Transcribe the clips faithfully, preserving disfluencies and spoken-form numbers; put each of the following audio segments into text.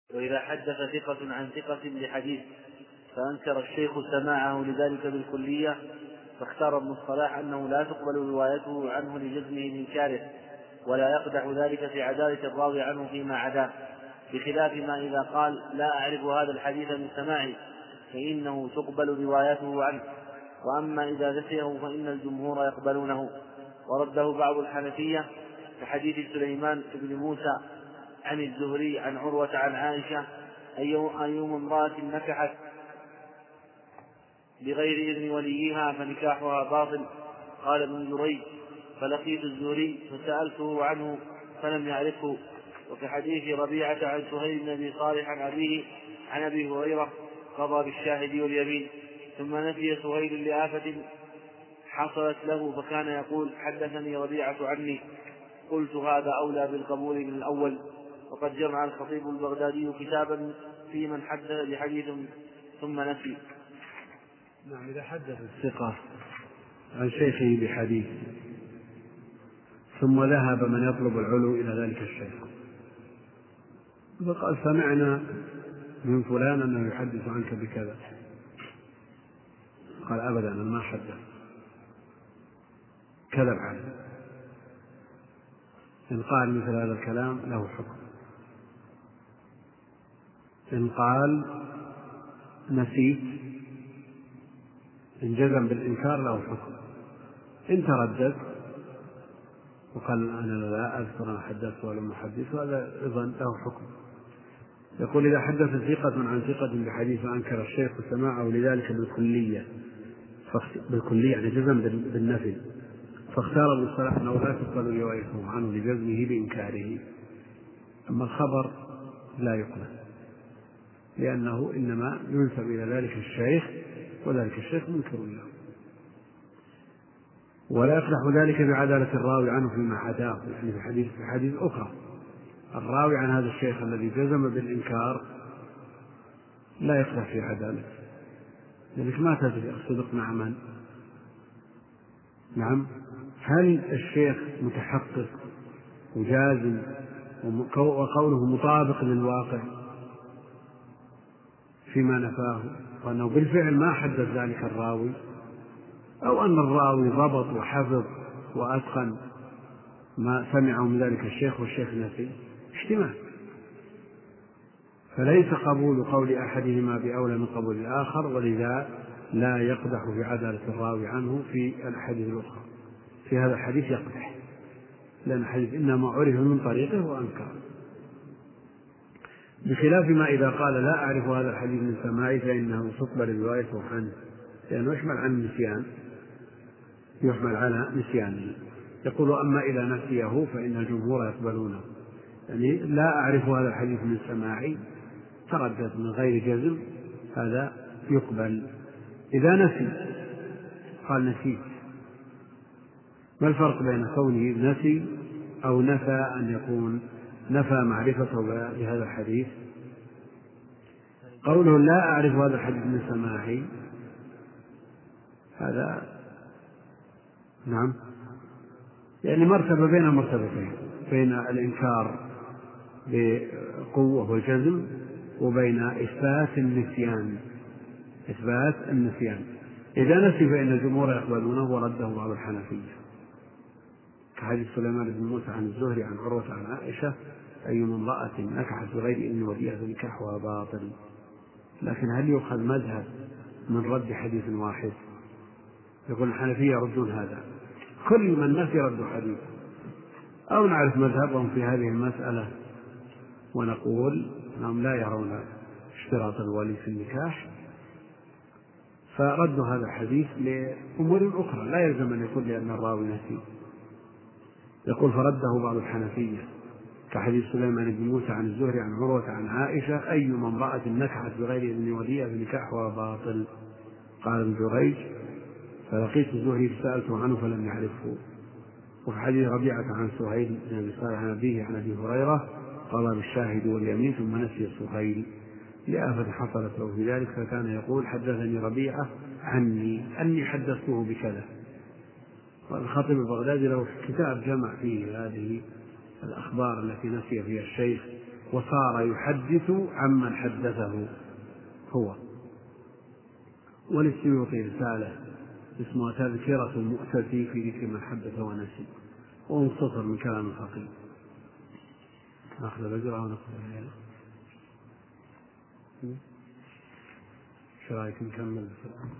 وإذا حدث ثقة عن ثقة بحديث فأنكر الشيخ سماعه لذلك بالكلية فاختار ابن الصلاح أنه لا تقبل روايته عنه لجزمه بإنكاره، ولا يقدح ذلك في عدالة الراوي عنه فيما عداه، بخلاف ما إذا قال لا أعرف هذا الحديث من سماعي فإنه تقبل روايته عنه، وأما إذا نسيه فإن الجمهور يقبلونه. ورده بعض الحنفية كحديث سليمان بن موسى عن الزهري عن عروة عن عائشة أيما امرأة نكحت بغير إذن وليها فنكاحها باطل. قال ابن جريج فلقيت الزهري فسألته عنه فلم يعرفه. وكحديث ربيعة عن سهيل بن أبي صالح عن أبيه عن أبي هريرة قضى بالشاهد واليمين، ثم نفي سهيل لآفة حصلت له فكان يقول حدثني ربيعة عني، قلت هذا أولى بالقبول من الأول. وقد جمع الخطيب البغدادي كتابا في من حدث بحديث ثم نفي. نعم، إذا حدث الثقة عن شيخه بحديث ثم ذهب من يطلب العلو إلى ذلك الشيخ فقال سمعنا من فلان أنه يحدث عنك بكذا، قال أبدا أنا ما حدث، كذب عليه. إن قال مثل هذا الكلام له حكم، إن قال نسيت إن جزم بالإنكار له حكم، إن تردد وقال أنا لا أذكر أنا حدثت ولم أحدث هذا أيضا له حكم. يقول إذا حدث ثقة عن ثقة بحديث فأنكر الشيخ سماعه لذلك بالكلية بالكلية يعني جزم بالنفي فاختار ابن الصلاح أنه لا تقبل روايته عنه لجزمه بإنكاره. أما الخبر لا يقبل لأنه إنما ينسب إلى ذلك الشيخ وذلك الشيخ منكر له، ولا يقدح ذلك بعدالة الراوي عنه فيما حداه، يعني في حديث في حديث أخرى الراوي عن هذا الشيخ الذي جزم بالإنكار لا يقدح في عدالته، لذلك ما تدري الصدق مع من؟ نعم، هل الشيخ متحقق وجازم وقوله مطابق للواقع فيما نفاه وأنه بالفعل ما حدث ذلك الراوي، أو أن الراوي ضبط وحفظ وأتقن ما سمعه من ذلك الشيخ والشيخ نسي، احتمال. فليس قبول قول أحدهما بأولى من قبول الآخر، ولذا لا يقدح في عدالة الراوي عنه في الأحاديث الأخرى. في هذا الحديث يقدح لأن الحديث إنما عرف من طريقه وأنكر، بخلاف ما إذا قال لا أعرف هذا الحديث من سماعي فإنه تقبل روايته عنه، لأنه يحمل عن النسيان يحمل على نسيانه. يقول أما إذا نسيه فإن الجمهور يقبلونه، يعني لا أعرف هذا الحديث من سماعي تردد من غير جزم هذا يقبل. إذا نسي قال نسيت، ما الفرق بين كونه نسي أو نفى أن يكون نفى معرفته بهذا الحديث؟ قوله لا أعرف هذا الحديث من سماعي هذا نعم يعني مرتبة بين مرتبتين، بين الإنكار بقوة والجزم وبين إثبات النسيان إثبات النسيان. إذا نسي فإن الجمهور يقبلونه ورده بعض الحنفية كحديث سليمان بن موسى عن الزهري عن عروة عن عائشة أيما امرأة نكحت بغير إذن وليها فنكاحها باطل. لكن هل يؤخذ مذهب من رد حديث واحد؟ يقول الحنفية يردون هذا، كل من نفي رد حديث، أو نعرف مذهبهم في هذه المسألة ونقول أنهم لا يرون اشتراط الولي في النكاح، فردوا هذا الحديث لأمور أخرى لا يلزم أن يكون لأن الراوي نسي. يقول فرده بعض الحنفية كحديث سليمان بن موسى عن الزهري عن عروة عن عائشة أيما امرأة نكحت بغير إذن وليها فنكاحها باطل. قال ابن جريج فلقيت الزهري فسألته عنه فلم يعرفه. وفي حديث ربيعة عن سهيل بن أبي صالح عن أبيه عن أبي هريرة قضى بالشاهد واليمين ثم نسي سهيل لآفة حصلت له في ذلك فكان يقول حدثني ربيعة عني أني حدثته بكذا. والخطيب البغدادي له كتاب جمع فيه هذه الأخبار التي نسي فيها الشيخ وصار يحدث عمن حدثه هو. وللسيوطي رسالة اسمها تذكرة المؤتفي في ذكر من حدث ونسي، وانصفر من كلام الخطيب. ناخذ الأجرة وناخذ الليلة. شو رأيك نكمل الآن؟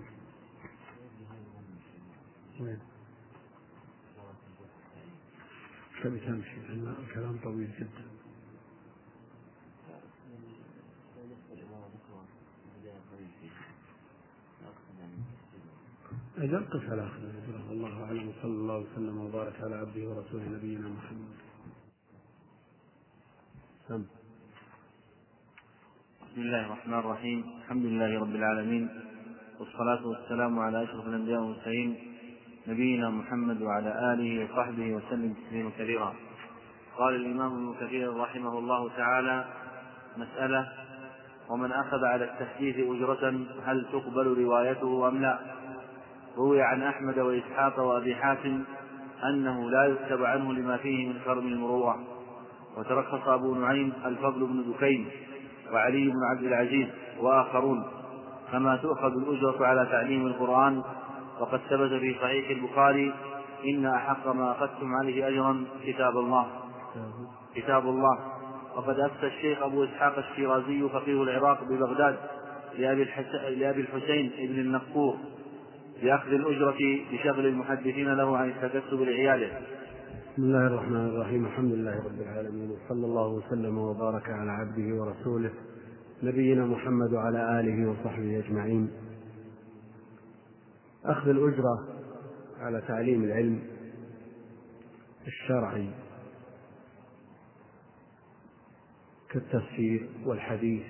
وين؟ تبي تمشي لأن الكلام طويل جدا. أجل قف على آخر الأجرة. الله أعلم، وصلى الله وسلم وبارك على عبده ورسوله نبينا محمد. سم. بسم الله الرحمن الرحيم. الحمد لله رب العالمين، والصلاة والسلام على أشرف الأنبياء والمرسلين نبينا محمد وعلى آله وصحبه وسلم تسليما كثيرا. قال الإمام ابن كثير رحمه الله تعالى: مسألة: ومن أخذ على التحديث أجرة هل تقبل روايته أم لا؟ روي عن أحمد وإسحاق وأبي حاتم أنه لا يكتب عنه لما فيه من كرم المروءة. وترخص أبو نعيم الفضل بن دكين وعلي بن عبد العزيز وآخرون، كما تؤخذ الأجرة على تعليم القرآن. وقد ثبت في صحيح البخاري: إن أحق ما أخذتم عليه أجرا كتاب الله كتاب الله. وقد أفتى الشيخ أبو إسحاق الشيرازي فقيه العراق ببغداد لأبي الحسين ابن النقور بأخذ الأجرة بشغل المحدثين له عن التكسب لعياله. بسم الله الرحمن الرحيم. الحمد لله رب العالمين، وصلى الله وسلم وبارك على عبده ورسوله نبينا محمد وعلى آله وصحبه أجمعين. أخذ الأجرة على تعليم العلم الشرعي كالتفسير والحديث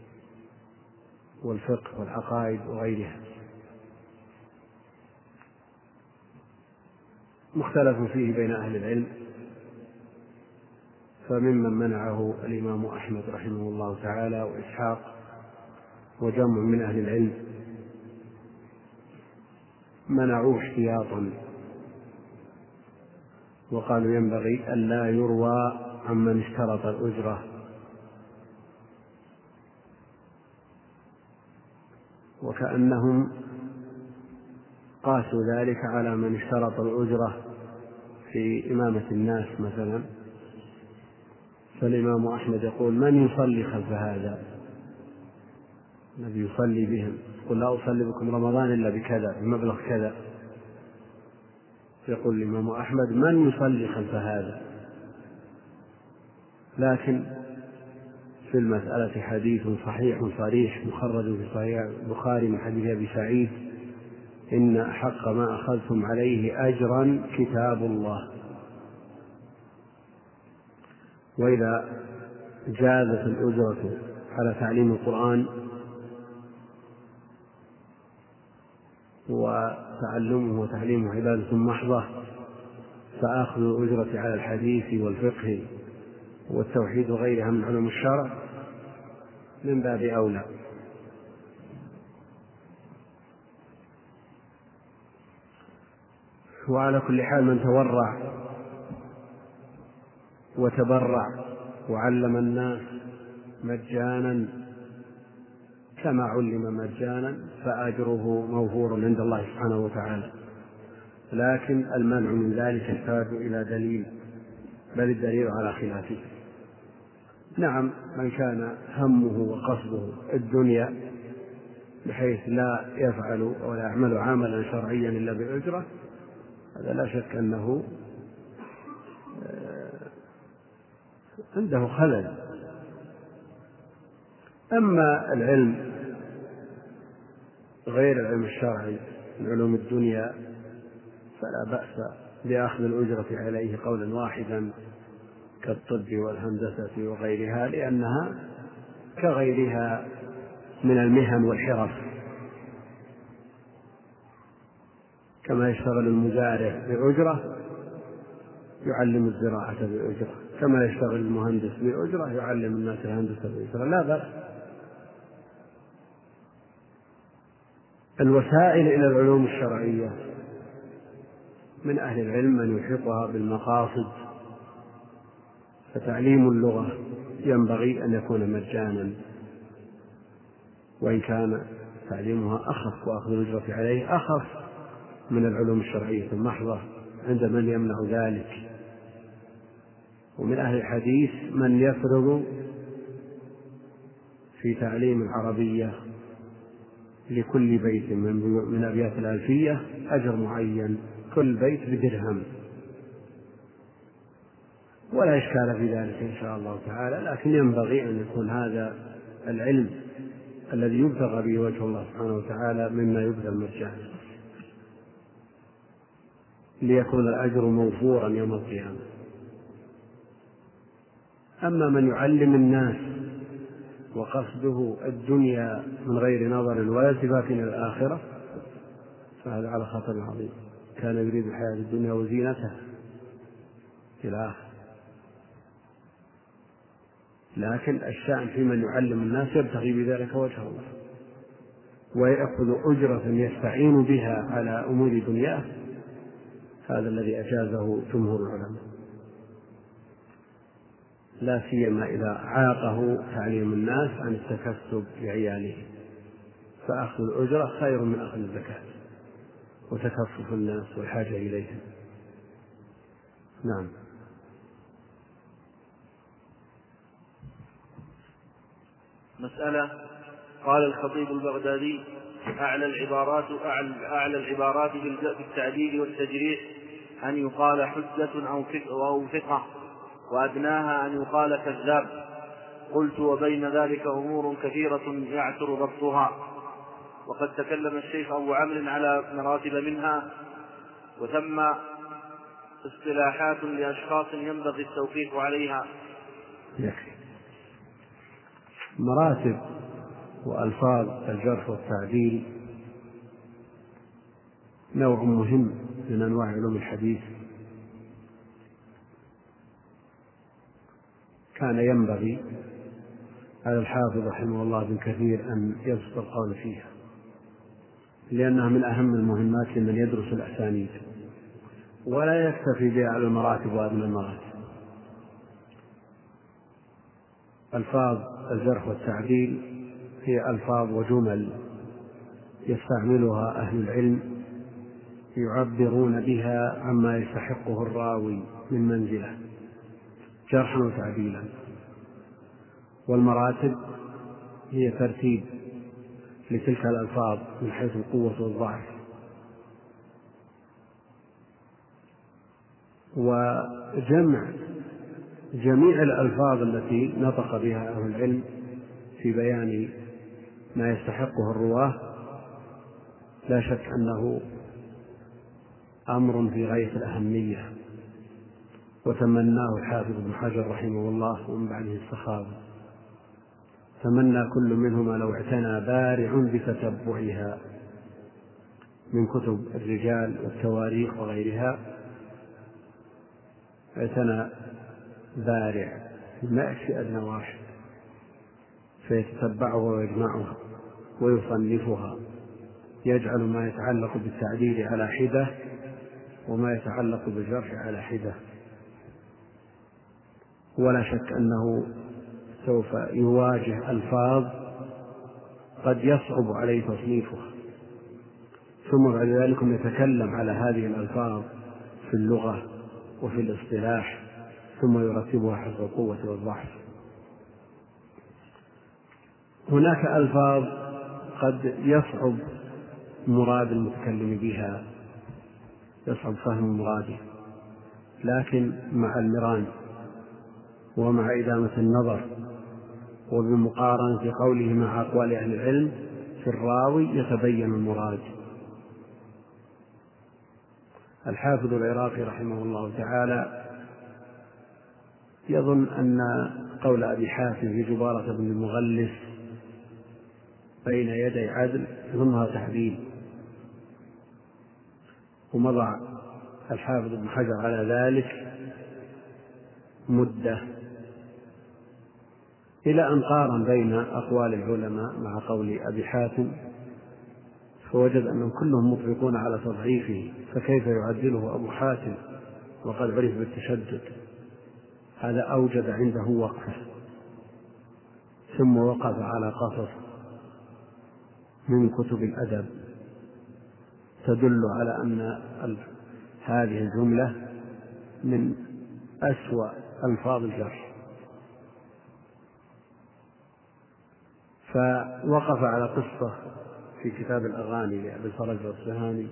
والفقه والعقائد وغيرها مختلف فيه بين أهل العلم، فممن منعه الإمام أحمد رحمه الله تعالى وإسحاق وجمع من أهل العلم منعوه احتياطا، وقالوا ينبغي أن لا يروى عمن اشترط الأجرة، وكأنهم قاسوا ذلك على من اشترط الأجرة في إمامة الناس مثلا. فالإمام أحمد يقول: من يصلي خلف هذا؟ الذي يصلي بهم يقول: لا أصلي بكم رمضان إلا بكذا بمبلغ كذا. يقول الإمام أحمد: من يصلي خلف هذا؟ لكن في المسألة حديث صحيح صريح مخرج في صحيح البخاري من حديث أبي سعيد: إن أحق ما أخذتم عليه أجرا كتاب الله. وإذا جازت الأجرة على تعليم القرآن وتعلمه وتعليمه عبادة محضة، فأخذ الأجرة على الحديث والفقه والتوحيد وغيرها من علوم الشرع من باب أولى. وعلى كل حال من تورع وتبرع وعلم الناس مجانا كما علم مجانا فأجره موفور عند الله سبحانه وتعالى، لكن المنع من ذلك يحتاج إلى دليل، بل الدليل على خلافه. نعم، من كان همه وقصده الدنيا بحيث لا يفعل ولا يعمل عملا شرعيا إلا بالأجرة، هذا لا شك أنه عنده خلل. أما العلم غير العلم الشرعي من علوم الدنيا فلا بأس بأخذ الأجرة عليه قولا واحدا كالطب والهندسة وغيرها، لأنها كغيرها من المهن والحرف، كما يشتغل المزارع بأجرة يعلم الزراعة بأجرة، كما يشتغل المهندس بأجرة يعلم الناس الهندسة بأجرة، لا بأس. الوسائل إلى العلوم الشرعية من أهل العلم من يحيطها بالمقاصد، فتعليم اللغة ينبغي أن يكون مجانا، وإن كان تعليمها أخف وأخذ الأجرة عليه أخف من العلوم الشرعية المحضة عند من يمنع ذلك. ومن أهل الحديث من يفرض في تعليم العربية لكل بيت من أبيات الألفية أجر معين، كل بيت بدرهم، ولا إشكال في ذلك إن شاء الله تعالى، لكن ينبغي أن يكون هذا العلم الذي يبتغى به وجه الله سبحانه وتعالى مما يبذل مجانا، ليكون الأجر موفورا يوم القيامة. أما من يعلم الناس وقصده الدنيا من غير نظر ولا التفات إلى الآخرة فهذا على خطر عظيم، كان يريد الحياة الدنيا وزينتها في الآخرة. لكن الشأن في من يعلم الناس يبتغي بذلك وجه الله ويأخذ أجرة يستعين بها على أمور دنياه، هذا الذي أجازه جمهور العلماء، لا سيما إذا عاقه تعليم الناس عن التكسب لعياله، فأخذ الأجرة خير من أخذ الزكاة وتكفف الناس والحاجة إليهم. نعم. مسألة. قال الخطيب البغدادي: أعلى العبارات أعلى العبارات في التعديل والتجريح أن يقال حجة أو ثقة، وأدناها أن يقال كذاب. قلت: وبين ذلك أمور كثيرة يعثر ضبطها، وقد تكلم الشيخ أبو عمرو على مراتب منها، وثم اصطلاحات لأشخاص ينبغي التوقيف عليها. مراتب وألفاظ الجرح والتعديل نوع مهم من أنواع علوم الحديث، كان ينبغي على الحافظ رحمه الله بن كثير أن يبسط القول فيها، لأنها من أهم المهمات لمن يدرس الأسانيد، ولا يكتفي بها على المراتب وأدنى المراتب. ألفاظ الجرح والتعديل هي ألفاظ وجمل يستعملها أهل العلم يعبرون بها عما يستحقه الراوي من منزله جرحا وتعديلا. والمراتب هي ترتيب لتلك الألفاظ من حيث القوة والضعف، وجمع جميع الألفاظ التي نطق بها أهل العلم في بيان ما يستحقه الرواة لا شك أنه أمر في غاية الأهمية، وتمناه الحافظ ابن حجر رحمه الله ومن بعده السخاوي. تمنى كل منهما لو اعتنى بارع بتتبعها من كتب الرجال والتواريخ وغيرها، اعتنى بارع ما يكفي أدنى واحد فيتتبعها ويجمعها ويصنفها، يجعل ما يتعلق بالتعديل على حدة وما يتعلق بالجرح على حدة. ولا شك أنه سوف يواجه ألفاظ قد يصعب عليه تصنيفها، ثم بعد ذلك يتكلم على هذه الألفاظ في اللغة وفي الاصطلاح، ثم يرتبها حسب القوة والضعف. هناك ألفاظ قد يصعب مراد المتكلم بها، يصعب فهم مراده، لكن مع المران ومع إدامة النظر وبمقارنة قوله مع أقوال أهل العلم في الراوي يتبين المراد. الحافظ العراقي رحمه الله تعالى يظن أن قول أبي حاتم في جبارة بن المغلس بين يدي عدل يظنها تحديد، ومضى الحافظ ابن حجر على ذلك مدة إلى أن قارن بين أقوال العلماء مع قول أبي حاتم فوجد أنهم كلهم مطلقون على تضعيفه، فكيف يعدله أبو حاتم وقد عرف بالتشدد؟ هذا أوجد عنده وقفة ثم وقف على قصص من كتب الأدب تدل على أن هذه الجملة من أسوأ ألفاظ الجرح، فوقف على قصة في كتاب الأغاني لأبي الفرج الأصبهاني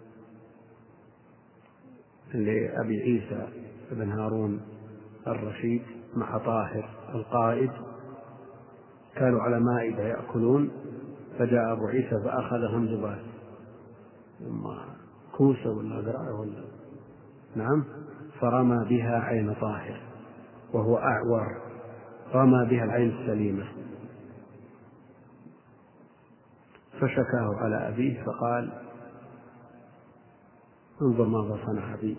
لأبي عيسى بن هارون الرشيد مع طاهر القائد، كانوا على مائدة يأكلون، فجاء أبو عيسى فأخذهم ذباب كوسة ولا ذراع ولا نعم، فرمى بها عين طاهر وهو أعور، رمى بها العين السليمة، فشكاه على أبيه فقال انظر ماذا صنع بي،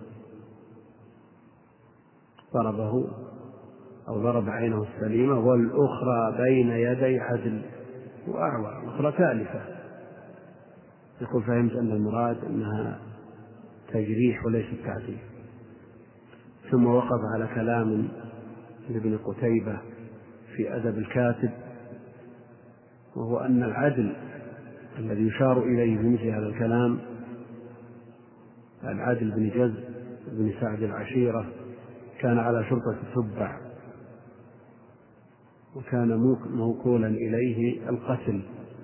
ضربه أو ضرب عينه السليمة والأخرى بين يدي عدل وأعور، الأخرى تالفة. يقول فهمت أن المراد أنها تجريح وليس تعديل. ثم وقف على كلام لابن قتيبة في أدب الكاتب، وهو أن العدل الذي يشار إليه في مثل هذا الكلام العدل بن جز بن سعد العشيرة كان على شرطة تبع، وكان موكولا إليه القتل،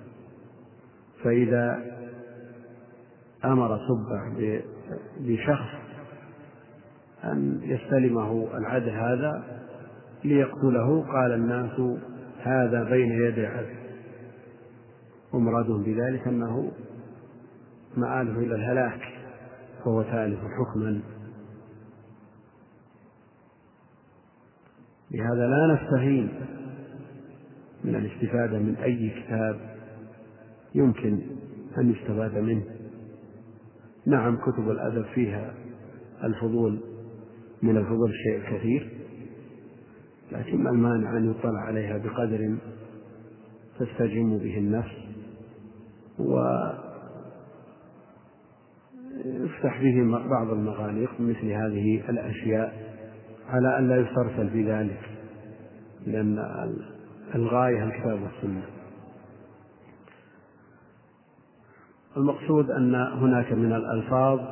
فإذا أمر تبع بشخص أن يستلمه العدل هذا ليقتله قال الناس هذا بين يدي عدل، ومرادهم بذلك أنه مآله إلى الهلاك فهو تالف حكما. لهذا لا نستهين من الاستفادة من أي كتاب يمكن أن يستفاد منه. نعم كتب الأدب فيها الفضول من الفضول الشيء الكثير، لكن ما المانع أن يطلع عليها بقدر تستجم به النفس ويفتح به بعض المغاليق مثل هذه الأشياء على أن لا يسترسل في ذلك، لأن الغاية الكتاب والسنة. المقصود أن هناك من الألفاظ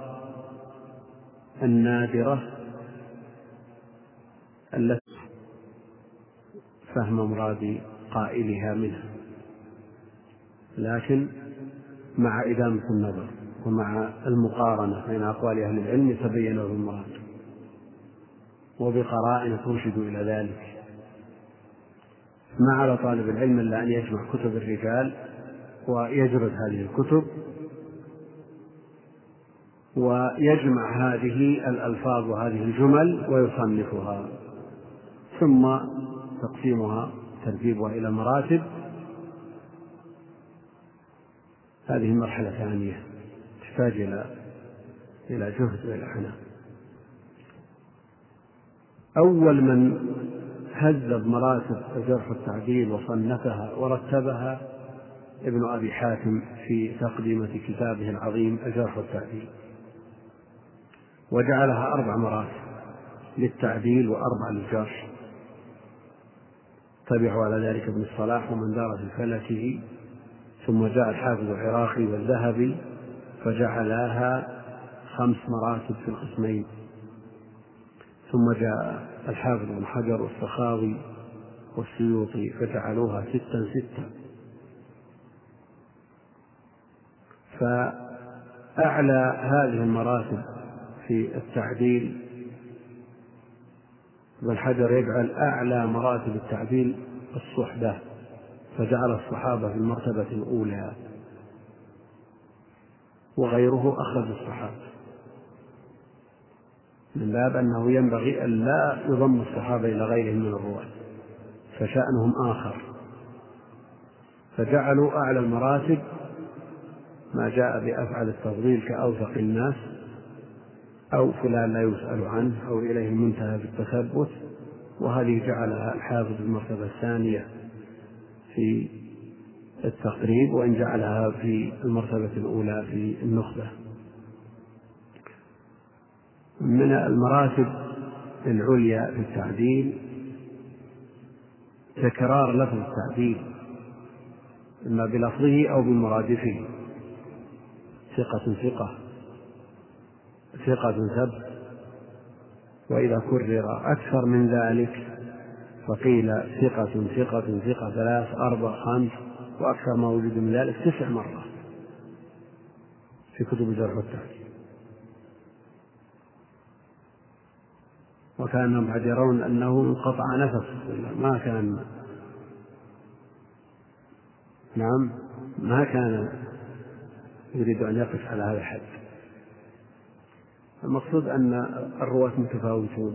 النادرة التي فهم مراد قائلها منها، لكن مع إدامة النظر ومع المقارنة بين أقوال أهل العلم يتبين له المراد، وبقرائن ترشد إلى ذلك. ما على طالب العلم إلا أن يجمع كتب الرجال ويجرد هذه الكتب ويجمع هذه الألفاظ وهذه الجمل ويصنفها، ثم تقسيمها ترتيبها إلى مراتب. هذه مرحلة ثانية تحتاج إلى إلى جهد وإلى عناء. أول من هذب مراتب الجرح والتعديل وصنفها ورتبها ابن أبي حاتم في تقديمة كتابه العظيم الجرح والتعديل، وجعلها أربع مراتب للتعديل وأربع للجرح. تبعوا على ذلك ابن الصلاح ومن دار في فلكه، ثم جاء الحافظ العراقي والذهبي فجعلها خمس مراتب في القسمين، ثم جاء الحافظ بن حجر والسخاوي والسيوطي فجعلوها ستا ستا. فأعلى هذه المراتب في التعديل ابن حجر يجعل أعلى مراتب التعديل الصحبة، فجعل الصحابة في المرتبة الأولى، وغيره أخرج الصحابة، من باب أنه ينبغي أن لا يضم الصحابة إلى غيرهم من الرواة فشأنهم آخر، فجعلوا أعلى المراتب ما جاء بأفعل التفضيل كأوثق الناس أو فلان لا يسأل عنه أو إليه المنتهى بالتثبت، وهذه جعلها الحافظ المرتبة الثانية في التقريب، وإن جعلها في المرتبة الأولى في النخبة. من المراتب العليا في التعديل تكرار لفظ التعديل إما بلفظه أو بمرادفه، ثقة ثقة، ثقة ثبت. وإذا كرر أكثر من ذلك فقيل ثقة ثقة ثقة ثلاث أربع خمس، وأكثر ما وجد من ذلك تسع مرات في كتب الجرح والتعديل. وكانهم بعد يرون أنه انقطع نفس، ما كان نعم ما كان يريد أن يقف على هذا الحد. المقصود أن الرواة متفاوتون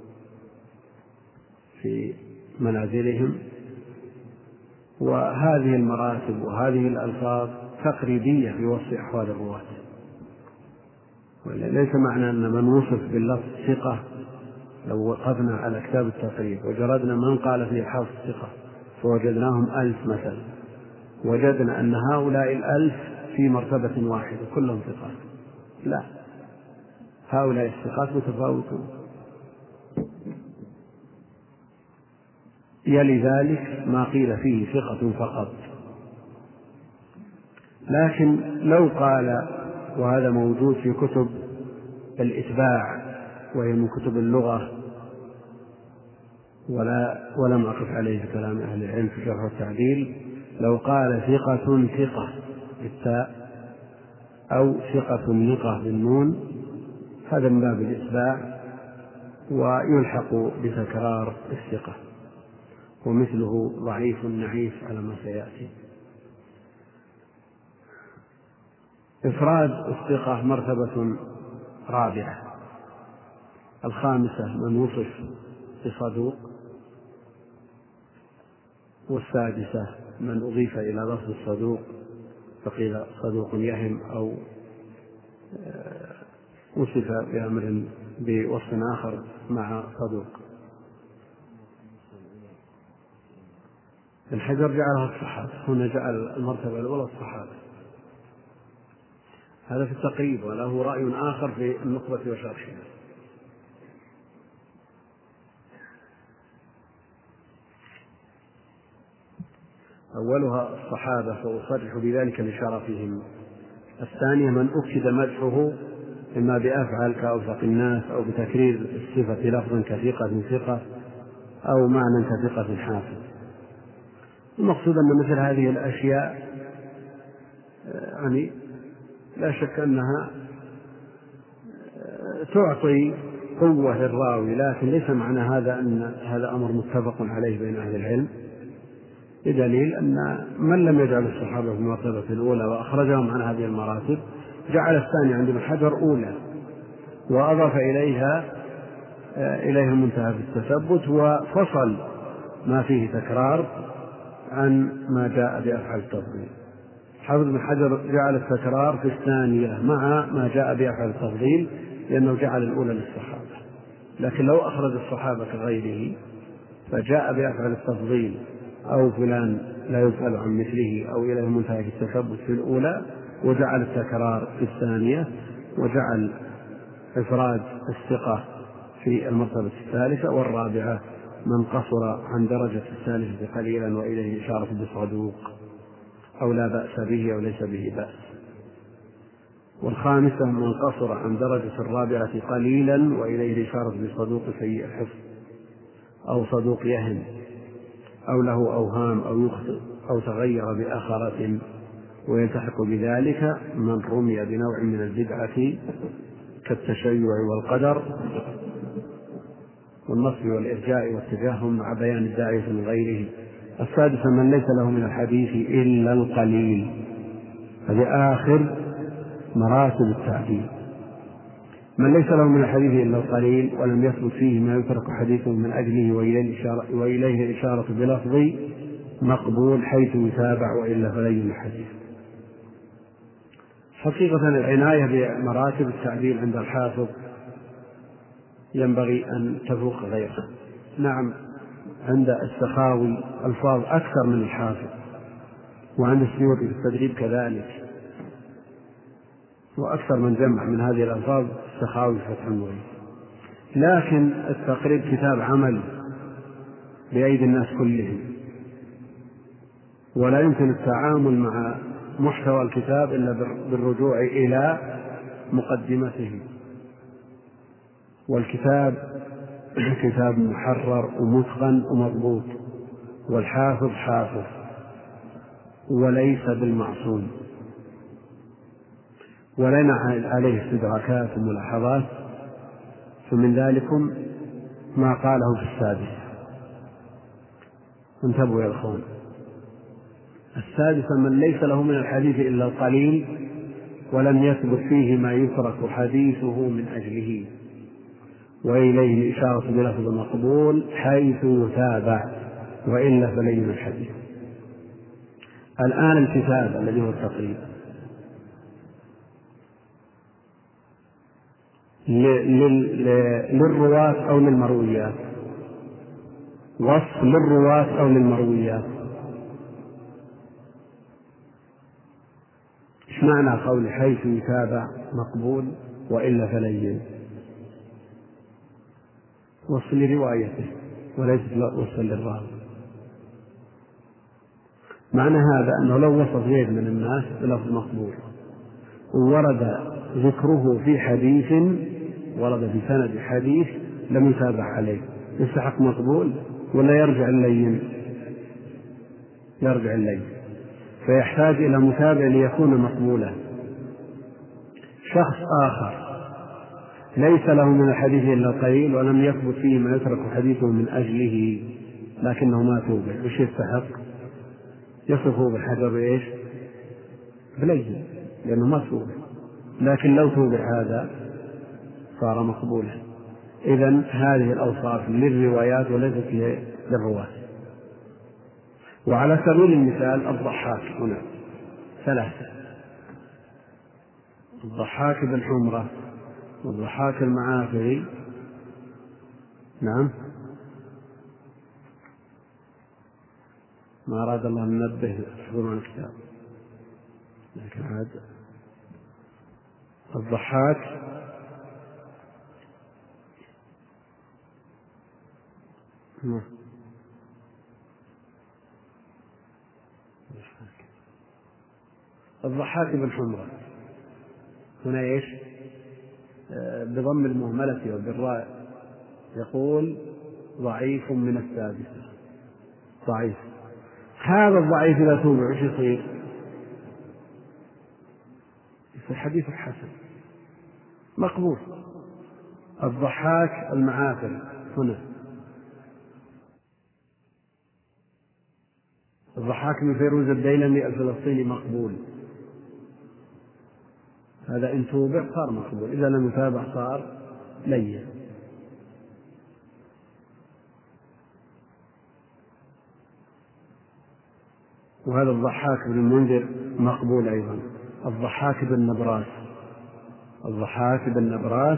في منازلهم، وهذه المراتب وهذه الألفاظ تقريبية في وصف أحوال الرواة. ليس معنى أن من وصف باللفظ ثقة، لو وقفنا على كتاب التقريب وجردنا من قال فيه الحافظ ثقة فوجدناهم ألف مثلا، وجدنا أن هؤلاء الألف في مرتبة واحدة كلهم ثقات. لا، هؤلاء الثقات متفاوتون. يلي ذلك ما قيل فيه ثقة فقط. لكن لو قال، وهذا موجود في كتب الإتباع وهي من كتب اللغة ولا ولم أقف عليه في كلام أهل العلم في الجرح والتعديل، لو قال ثقة ثقة بالتاء أو ثقة نقة بالنون، هذا من باب الإتباع ويلحق بتكرار الثقة، ومثله ضعيف نعيف على ما سيأتي. إفراد الثقة مرتبة رابعة. الخامسة من وصف بصدوق، والسادسة من أضيف إلى لفظ الصدوق فقيل صدوق يهم، أو وصف بأمر بوصف آخر مع صدوق. الحجر جعلها الصحابة، هنا جعل المرتبة الأولى الصحابة، هذا في التقريب، وله رأي آخر في النخبة وشرحها. أولها الصحابة فأصرح بذلك لشرفهم. الثانية من أكد مدحه إما بأفعل كأوثق الناس، أو بتكرير الصفة لفظا كثقة ثقة، أو معنى كثقة حافظ. المقصود أن مثل هذه الأشياء يعني لا شك أنها تعطي قوة للراوي، لكن ليس معنى هذا أن هذا أمر متفق عليه بين أهل العلم، بدليل أن من لم يجعل الصحابة في المرتبة الأولى وأخرجهم عن هذه المراتب جعل الثاني عند ابن حجر أولى، وأضاف إليها إليها المنتهى في التثبت، وفصل ما فيه تكرار عن ما جاء بأفعال التفضيل. حافظ ابن حجر جعل التكرار في الثانية مع ما جاء بأفعال التفضيل لأنه جعل الأولى للصحابة. لكن لو أخرج الصحابة كغيره فجاء بأفعال التفضيل أو فلان لا يسأل عن مثله أو إليه منتهى في التثبت في الأولى، وجعل التكرار في الثانية، وجعل إفراد الثقة في المرتبة الثالثة، والرابعة من قصر عن درجة الثالثة قليلا وإليه إشارة بصدوق أو لا بأس به أو ليس به بأس، والخامسة من قصر عن درجة الرابعة قليلا وإليه إشارة بصدوق سيء الحفظ أو صدوق يهم أو له أوهام أو يخطئ أو تغير بآخرة. ويلتحق بذلك من رمي بنوع من البدعة كالتشيع والقدر والنصب والإرجاء والتجهم مع بيان الداعية من غيره. السادسة من ليس له من الحديث إلا القليل، هذه آخر مراتب التعديل. من ليس له من الحديث إلا القليل ولم يثبت فيه ما يترك حديثه من أجله وإليه الإشارة بلفظ مقبول حيث يتابع وإلا فلين الحديث. حقيقة العناية بمراتب التعديل عند الحافظ ينبغي أن تفوق غيرها. نعم، عند السخاوي ألفاظ أكثر من الحافظ، وعند السيوطي في التدريب كذلك، وأكثر من جمع من هذه الألفاظ السخاوي في فتح المغيث. لكن التقريب كتاب عمل بأيدي الناس كلهم، ولا يمكن التعامل مع محتوى الكتاب إلا بالرجوع إلى مقدمته. والكتاب كتاب محرر ومتقن ومضبوط، والحافظ حافظ وليس بالمعصوم، ولنا عليه استدراكات وملاحظات. فمن ذلكم ما قاله في السادس، انتبهوا يا اخوان، السادس من ليس له من الحديث إلا القليل ولم يثبت فيه ما يترك حديثه من أجله، وإليه الإشارة بلفظ مقبول حيث يتابع، وإلا فلين الحديث. الآن الكتاب الذي هو التقريب للرواة أو للمرويات، وصف للرواة أو للمرويات. ايش معنى قول حيث يتابع مقبول وإلا فلين؟ وصف لروايته وليس وصف للراوي. معنى هذا أنه لو وصف غير من الناس بلفظ مقبول وورد ذكره في حديث، ورد في سند حديث لم يتابع عليه، يستحق مقبول ولا يرجع اللين؟ يرجع اللين، فيحتاج إلى متابع ليكون مقبولا. شخص آخر ليس له من الحديث إلا قليل ولم يثبت فيه ما يترك حديثه من أجله، لكنه ما توبع، وش يستحق؟ يصفه بالحجر بإيش؟ بلين، لأنه ما توبع. لكن لو توبع هذا صار مقبولا. إذن هذه الأوصاف للروايات وليست للرواة. وعلى سبيل المثال الضحاك هنا ثلاثة: الضحاك بن حمرة، والضحاك المعافري، نعم، ما أراد الله أن ننبه حضور الكتاب، لكن عاد الضحاك الضحاك بن حمرة هنا ايش؟ بضم المهملة وبالراء، يقول ضعيف من السادسة، ضعيف. هذا الضعيف إذا توبع وش يصير؟ يصير حديث حسن مقبول. الضحاك المعافر هنا، الضحاك بن فيروز الديلمي الفلسطيني مقبول، هذا إن توبع صار مقبول، إذا لم يتابع صار لين. وهذا الضحاك بن المنذر مقبول أيضا. الضحاك بن نبراس، الضحاك بن نبراس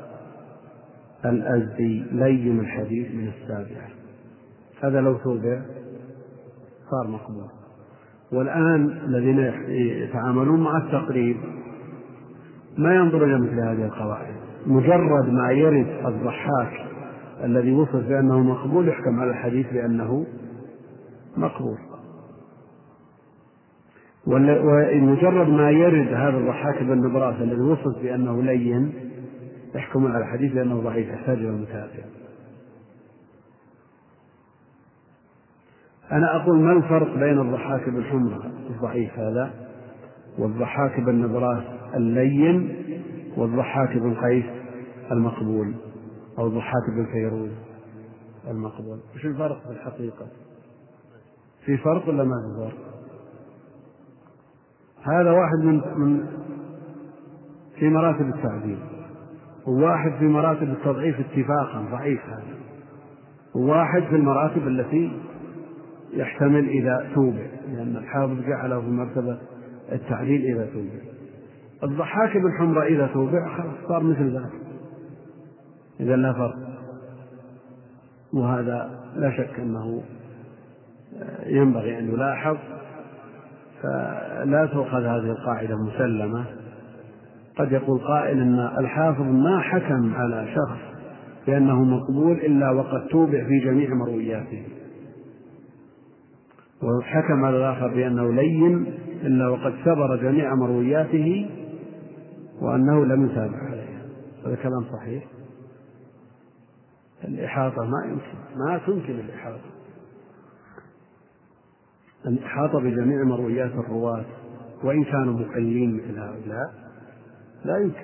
الأزدي لين الحديث من السابعة، هذا لو توبع صار مقبول. والآن الذين يتعاملون مع التقريب ما ينظر إلى مثل هذه القواعد، مجرد ما يرد الضحاك الذي وصف بأنه مقبول يحكم على الحديث بأنه مقبول، ومجرد ما يرد هذا الضحاك بن نبراس الذي وصف بأنه لين يحكم على الحديث بأنه ضعيف يحتاج إلى متابع. أنا أقول ما الفرق بين الضحاك بن حمرة الضعيف هذا والضحاك بن نبراس اللين والضحاك بن قيس المقبول أو الضحاك بن فيروز المقبول؟ وش الفرق في الحقيقة؟ في فرق ولا ما في فرق؟ هذا واحد من, من في مراتب التعديل، وواحد في مراتب التضعيف اتفاقا ضعيف هذا، وواحد في المراتب التي يحتمل إذا توبع، لأن الحافظ جعله في مرتبة التعديل إذا توبع. الضحاك بن حمرة إذا توبع خلاص صار مثل ذلك، إذا لا فرق. وهذا لا شك أنه ينبغي أن يلاحظ، فلا تؤخذ هذه القاعدة مسلمة. قد يقول قائل أن الحافظ ما حكم على شخص بأنه مقبول إلا وقد توبع في جميع مروياته، وحكم على الآخر بأنه لين إلا وقد سبر جميع مروياته وأنه لم يتابع عليها. هذا كلام صحيح. الإحاطة ما يمكن، ما تمكن الإحاطة الإحاطة بجميع مرويات الرواة وإن كانوا مقلين مثل هؤلاء لا يمكن.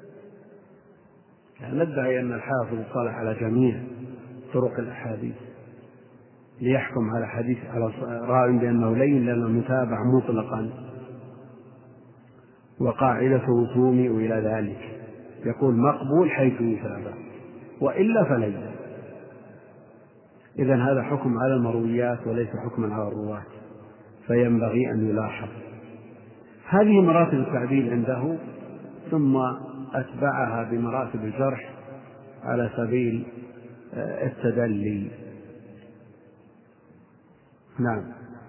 يعني ندعي أن الحافظ اطلع على جميع طرق الأحاديث ليحكم على حديث على راوي بأنه لين لأنه متابع مطلقا، وقاعدته تومئ إلى ذلك، يقول مقبول حيث يتابع وإلا فلين. إذن هذا حكم على المرويات وليس حكما على الرواة، فينبغي أن يلاحظ. هذه مراتب التعديل عنده، ثم أتبعها بمراتب الجرح على سبيل التدلي. نعم.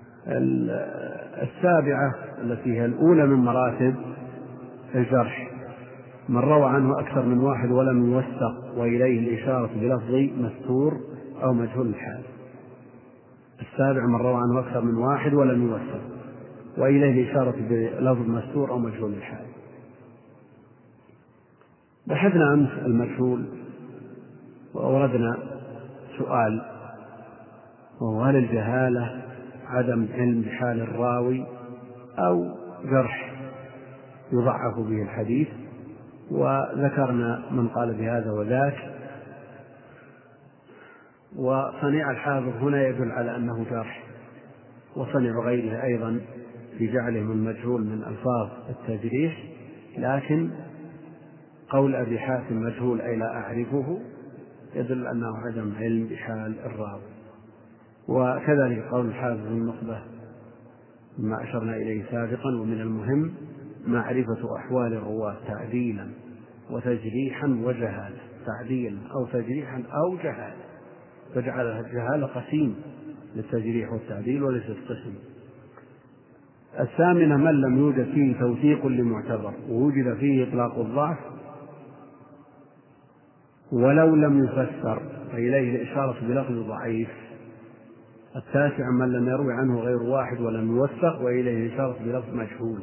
السابعة التي هي الأولى من مراتب الجرح من روى عنه أكثر من واحد ولم يوثق وإليه الإشارة بلفظ مستور أو مجهول الحال. السابع من روى عنه أكثر من واحد ولم يوثق وإليه الإشارة بلفظ مستور أو مجهول الحال. بحثنا أمس المجهول وأوردنا سؤال، وهو هل الجهالة عدم علم بحال الراوي أو جرح يضعف به الحديث؟ وذكرنا من قال بهذا وذاك، وصنيع الحافظ هنا يدل على أنه جرح، وصنيع غيره أيضا في جعله من مجهول من ألفاظ التجريح، لكن قول أبي حاتم مجهول أي لا أعرفه يدل أنه عدم علم بحال الراوي. وكذلك قول الحافظ النخبة ما أشرنا إليه سابقا. ومن المهم معرفة أحوال الرواة تعديلا وتجريحا وجهالا، تعديلا أو تجريحا أو جهالا، فجعل الجهالة قسيم للتجريح والتعديل وليست قسم. الثامنة من لم يوجد فيه توثيق لمعتبر ووجد فيه إطلاق الضعف ولو لم يفسر فإليه الإشارة بلفظ ضعيف. التاسع من لم يروي عنه غير واحد ولم يوثق وإليه الإشارة بلفظ مجهول.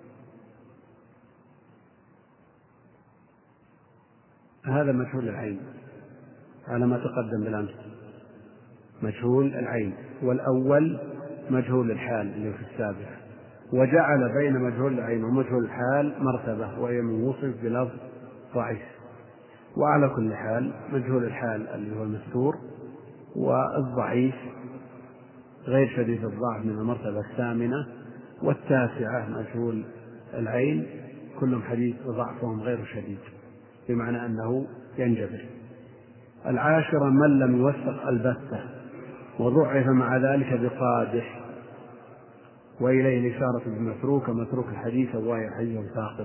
هذا مجهول العين على ما تقدم بالأمس، مجهول العين. والأول مجهول الحال اللي في السابع، وجعل بين مجهول العين ومجهول الحال مرتبة وهي من وصف بلفظ ضعيف. وعلى كل حال مجهول الحال اللي هو المستور والضعيف غير شديد الضعف من المرتبة الثامنة، والتاسعة مجهول العين كلهم حديث ضعفهم غير شديد بمعنى أنه ينجبر. العاشرة من لم يوثق البتة وضعف مع ذلك بقادح وإليه الإشارة بمتروك متروك الحديث وهي حديث ساقط.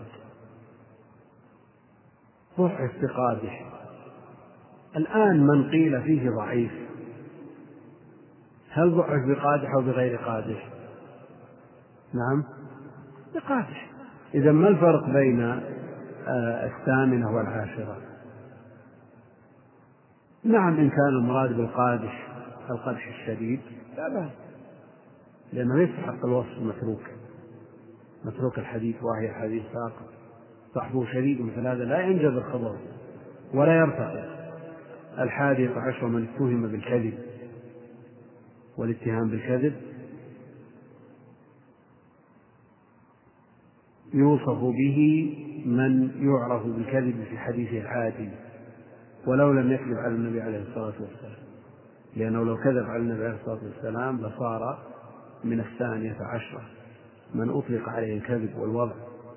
ضعف بقادح. الآن من قيل فيه ضعيف هل ضعف بقادح أو بغير قادح؟ نعم بقادح. إذا ما الفرق بين الثامنة والعاشرة؟ نعم إن كان المراد بالقادح القدح الشديد لا بأس، لأنه يستحق الوصف متروك متروك الحديث وهي حديث ساقط ضعفه شديد، مثل هذا لا ينجبر خبره ولا يرتقي. الحادية عشر من اتهم بالكذب، والاتهام بالكذب يوصف به من يعرف بالكذب في حديثه العادي ولو لم يكذب على النبي عليه الصلاة والسلام، لأنه لو كذب على النبي عليه الصلاة والسلام لصار من الثانية عشرة من أطلق عليه الكذب والوضع.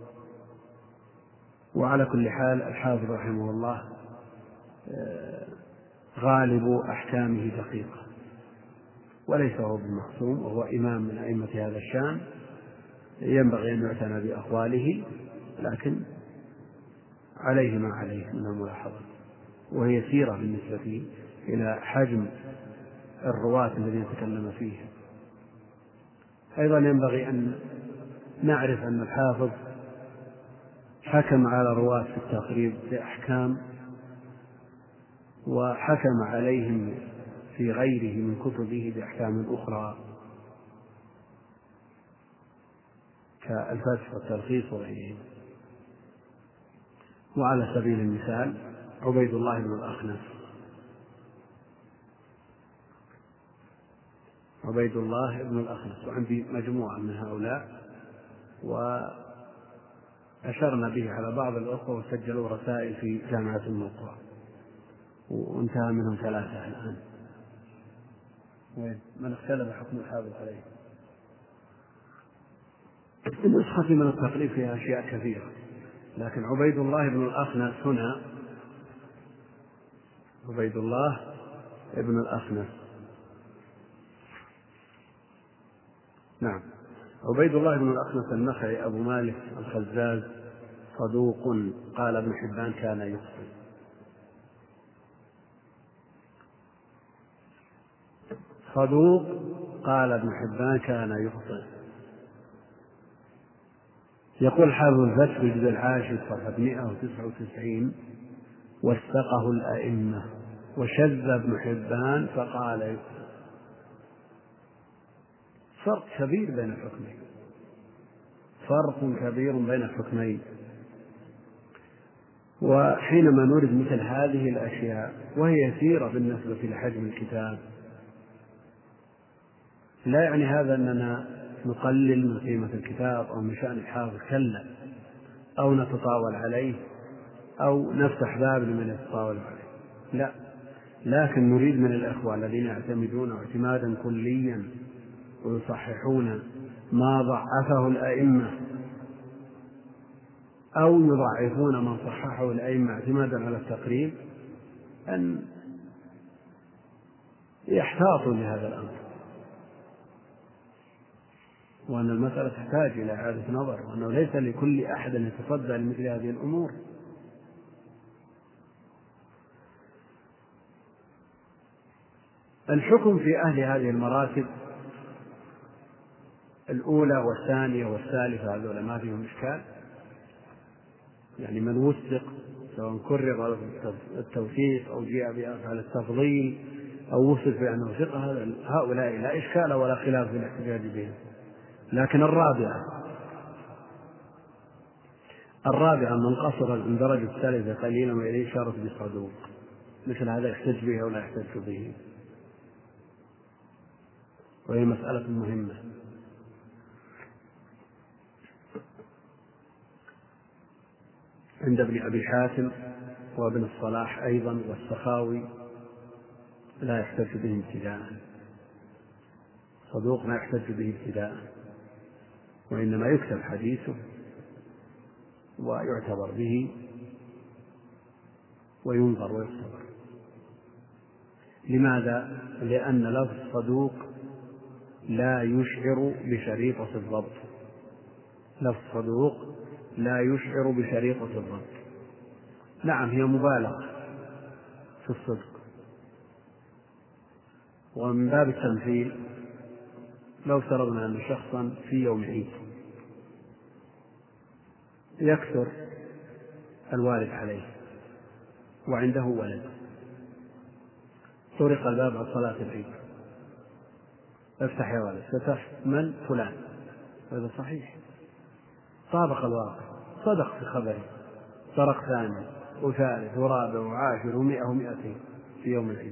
وعلى كل حال الحافظ رحمه الله غالب أحكامه دقيقة وليس هو بالمعصوم، وهو إمام من أئمة هذا الشان ينبغي أن يعتنى بأقواله، لكن عليه ما عليه من الملاحظة، وهي سيرة بالنسبة إلى حجم الرواة الذين تكلم فيه. أيضا ينبغي أن نعرف أن الحافظ حكم على رواة في التقريب بأحكام وحكم عليهم في غيره من كتبه بأحكام أخرى، كالفتح والتلخيص وغيرهم. وعلى سبيل المثال عبيد الله بن الأخنس، عبيد الله بن الأخنس، وعندي مجموعة من هؤلاء وأشرنا به على بعض الأخوة وسجلوا رسائل في جامعة الموقع، وانتهى منهم ثلاثة الآن. وين من اختلف حكم الحافظ عليه؟ النسخة من التقريب فيها أشياء كثيرة، لكن عبيد الله بن الأخنس هنا عبيد الله بن الأخنس نعم عبيد الله بن الأخنس النخعي أبو مالك الخزاز صدوق، قال ابن حبان كان يخطئ. صدوق قال ابن حبان كان يخطئ. يقول حافظ الفتح في الجزء العاشر صفحة مئة وتسعة وتسعين: وثقه الأئمة وشذ ابن حبان فقال يخطئ. فرق كبير بين الحكمين، فرق كبير بين الحكمين. وحينما نريد مثل هذه الأشياء وهي يسيرة بالنسبة لحجم الكتاب، لا يعني هذا أننا نقلل من قيمة الكتاب أو من شأن الحافظ، كلا، أو نتطاول عليه أو نفتح باب لمن يتطاول عليه، لا، لكن نريد من الأخوة الذين يعتمدون اعتمادا كليا ويصححون ما ضعفه الأئمة أو يضعفون من صححه الأئمة اعتمادا على التقريب أن يحتاطوا لهذا الأمر، وأن المسألة تحتاج إلى إعادة نظر، وأنه ليس لكل أحد أن يتصدى لمثل هذه الأمور. الحكم في أهل هذه المراتب الأولى والثانية والثالثة هذول ما فيهم إشكال، يعني من وثق سواء كرر التوثيق أو جاء بأفعال التفضيل أو وثق بأنه ثقة، هؤلاء لا إشكال ولا خلاف في الاحتجاج بهم. لكن الرابعة الرابعة من قصر من درجة الثالثة قليلا وإليه إشارة بصدوق، مثل هذا يحتج به ولا يحتج به، وهي مسألة مهمة. عند ابن أبي حاتم وابن الصلاح أيضا والسخاوي لا يحتج به ابتداء، صدوق لا يحتج به ابتداء، وإنما يكتب حديثه ويعتبر به وينظر ويختبر. لماذا؟ لأن لفظ صدوق لا يشعر بشريطة الضبط، لفظ صدوق لا يشعر بشريطة الضبط. نعم هي مبالغة في الصدق، ومن باب التمثيل لو افترضنا أن شخصا في يوم عيد يكثر الوالد عليه وعنده ولد، طرق الباب على صلاة العيد، افتح يا ولد، فتح من؟ فلان، هذا صحيح، طابق الواقع، صدق في خبره، طرق ثاني وثالث ورابع وعاشر ومئة ومئتين في يوم العيد.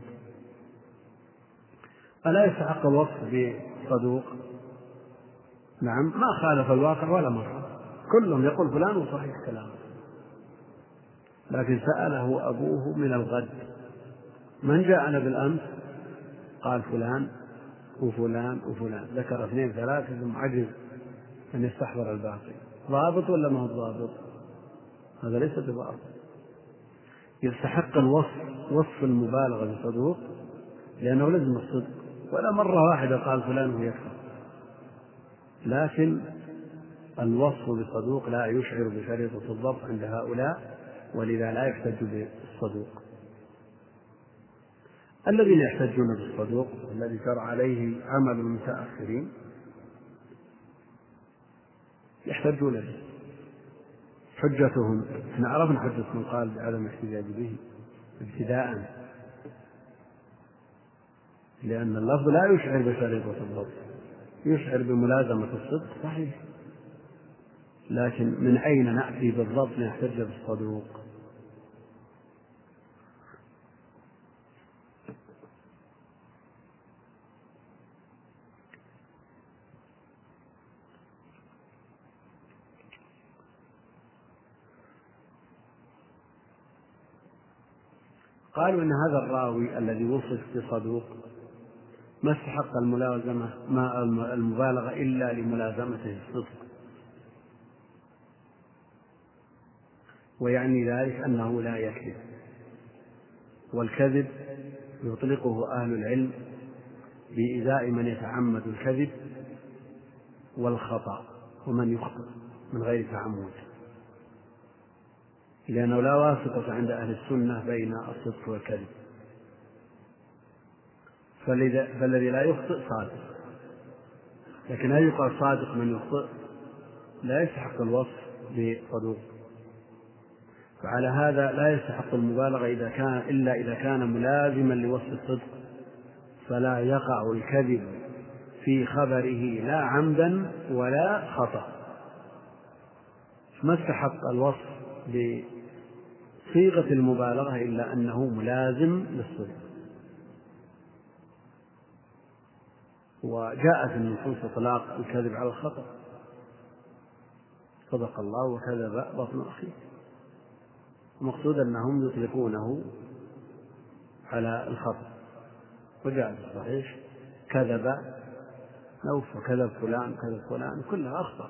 ألا يستحق الوصف بصدوق؟ نعم، ما خالف الواقع ولا مرة، كلهم يقول فلان وصحيح كلامه، لكن سأله أبوه من الغد من جاءنا بالأمس؟ قال فلان وفلان وفلان، ذكر اثنين ثلاثة ثم عجز أن يستحضر الباقي. ضابط ولا ما هو ضابط؟ هذا ليس بضابط. يستحق الوصف وصف المبالغة بصدوق لأنه لازم الصدق، ولا مرة واحدة قال فلان ويكفر، لكن الوصف بصدوق لا يشعر بشريطة الضبط عند هؤلاء، ولذا لا يحتج بالصدوق. الذين يحتجون بالصدوق الذي جرى عليه عمل المتأخرين يحتجون به، حجتهم احنا عرفنا حجة من قال بعدم الاحتجاج به ابتداء، لأن اللفظ لا يشعر بشريطة الضبط، يشعر بملازمة الصدق، صحيح، لكن من أين نأتي بالضبط نحتج بالصدوق؟ قالوا إن هذا الراوي الذي وصف بصدوق ما استحق الملازمة ما المبالغة إلا لملازمته الصدق، ويعني ذلك أنه لا يكذب، والكذب يطلقه أهل العلم بإزاء من يتعمد الكذب والخطأ ومن يخطئ من غير تعمد، لأنه لا واسطة عند أهل السنة بين الصدق والكذب، فالذي لا يخطئ صادق، لكن هل يقال صادق من يخطئ؟ لا يستحق الوصف بصدوق. فعلى هذا لا يستحق المبالغة إذا كان إلا إذا كان ملازما لوصف الصدق، فلا يقع الكذب في خبره لا عمدا ولا خطأ، ما استحق الوصف بصيغة المبالغة إلا أنه ملازم للصدق. وجاءت النصوص إطلاق الكذب على الخطأ، صدق الله وكذب بطن أخيه، المقصود أنهم يطلقونه على الخطأ. وجاء في الصحيح كذب نوف وكذب فلان كذب فلان كلها أخطأ.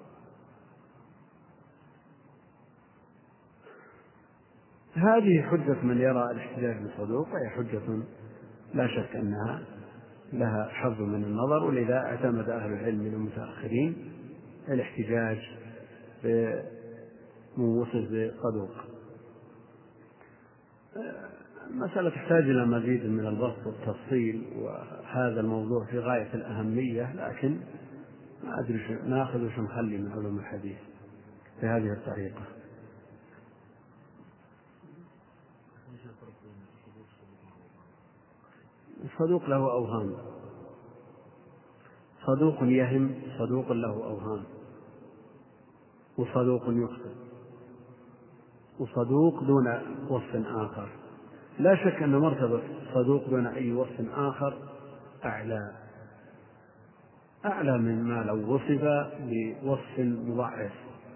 هذه حجة من يرى الاحتجاج بالصدوق، وهي حجة لا شك أنها لها حظ من النظر، ولذا اعتمد أهل العلم من المتأخرين الاحتجاج بموصف بالصدوق. مسألة تحتاج إلى مزيد من البسط والتفصيل، وهذا الموضوع في غاية الأهمية، لكن ما أدري ناخذ وش نخلي من علوم الحديث بهذه الطريقة. الصدوق له أوهام، صدوق يهم، صدوق له أوهام، وصدوق يخطئ، وصدوق دون وصف آخر. لا شك أن مرتبة صدوق دون أي وصف آخر أعلى أعلى من ما لو وصف بوصف مضعف.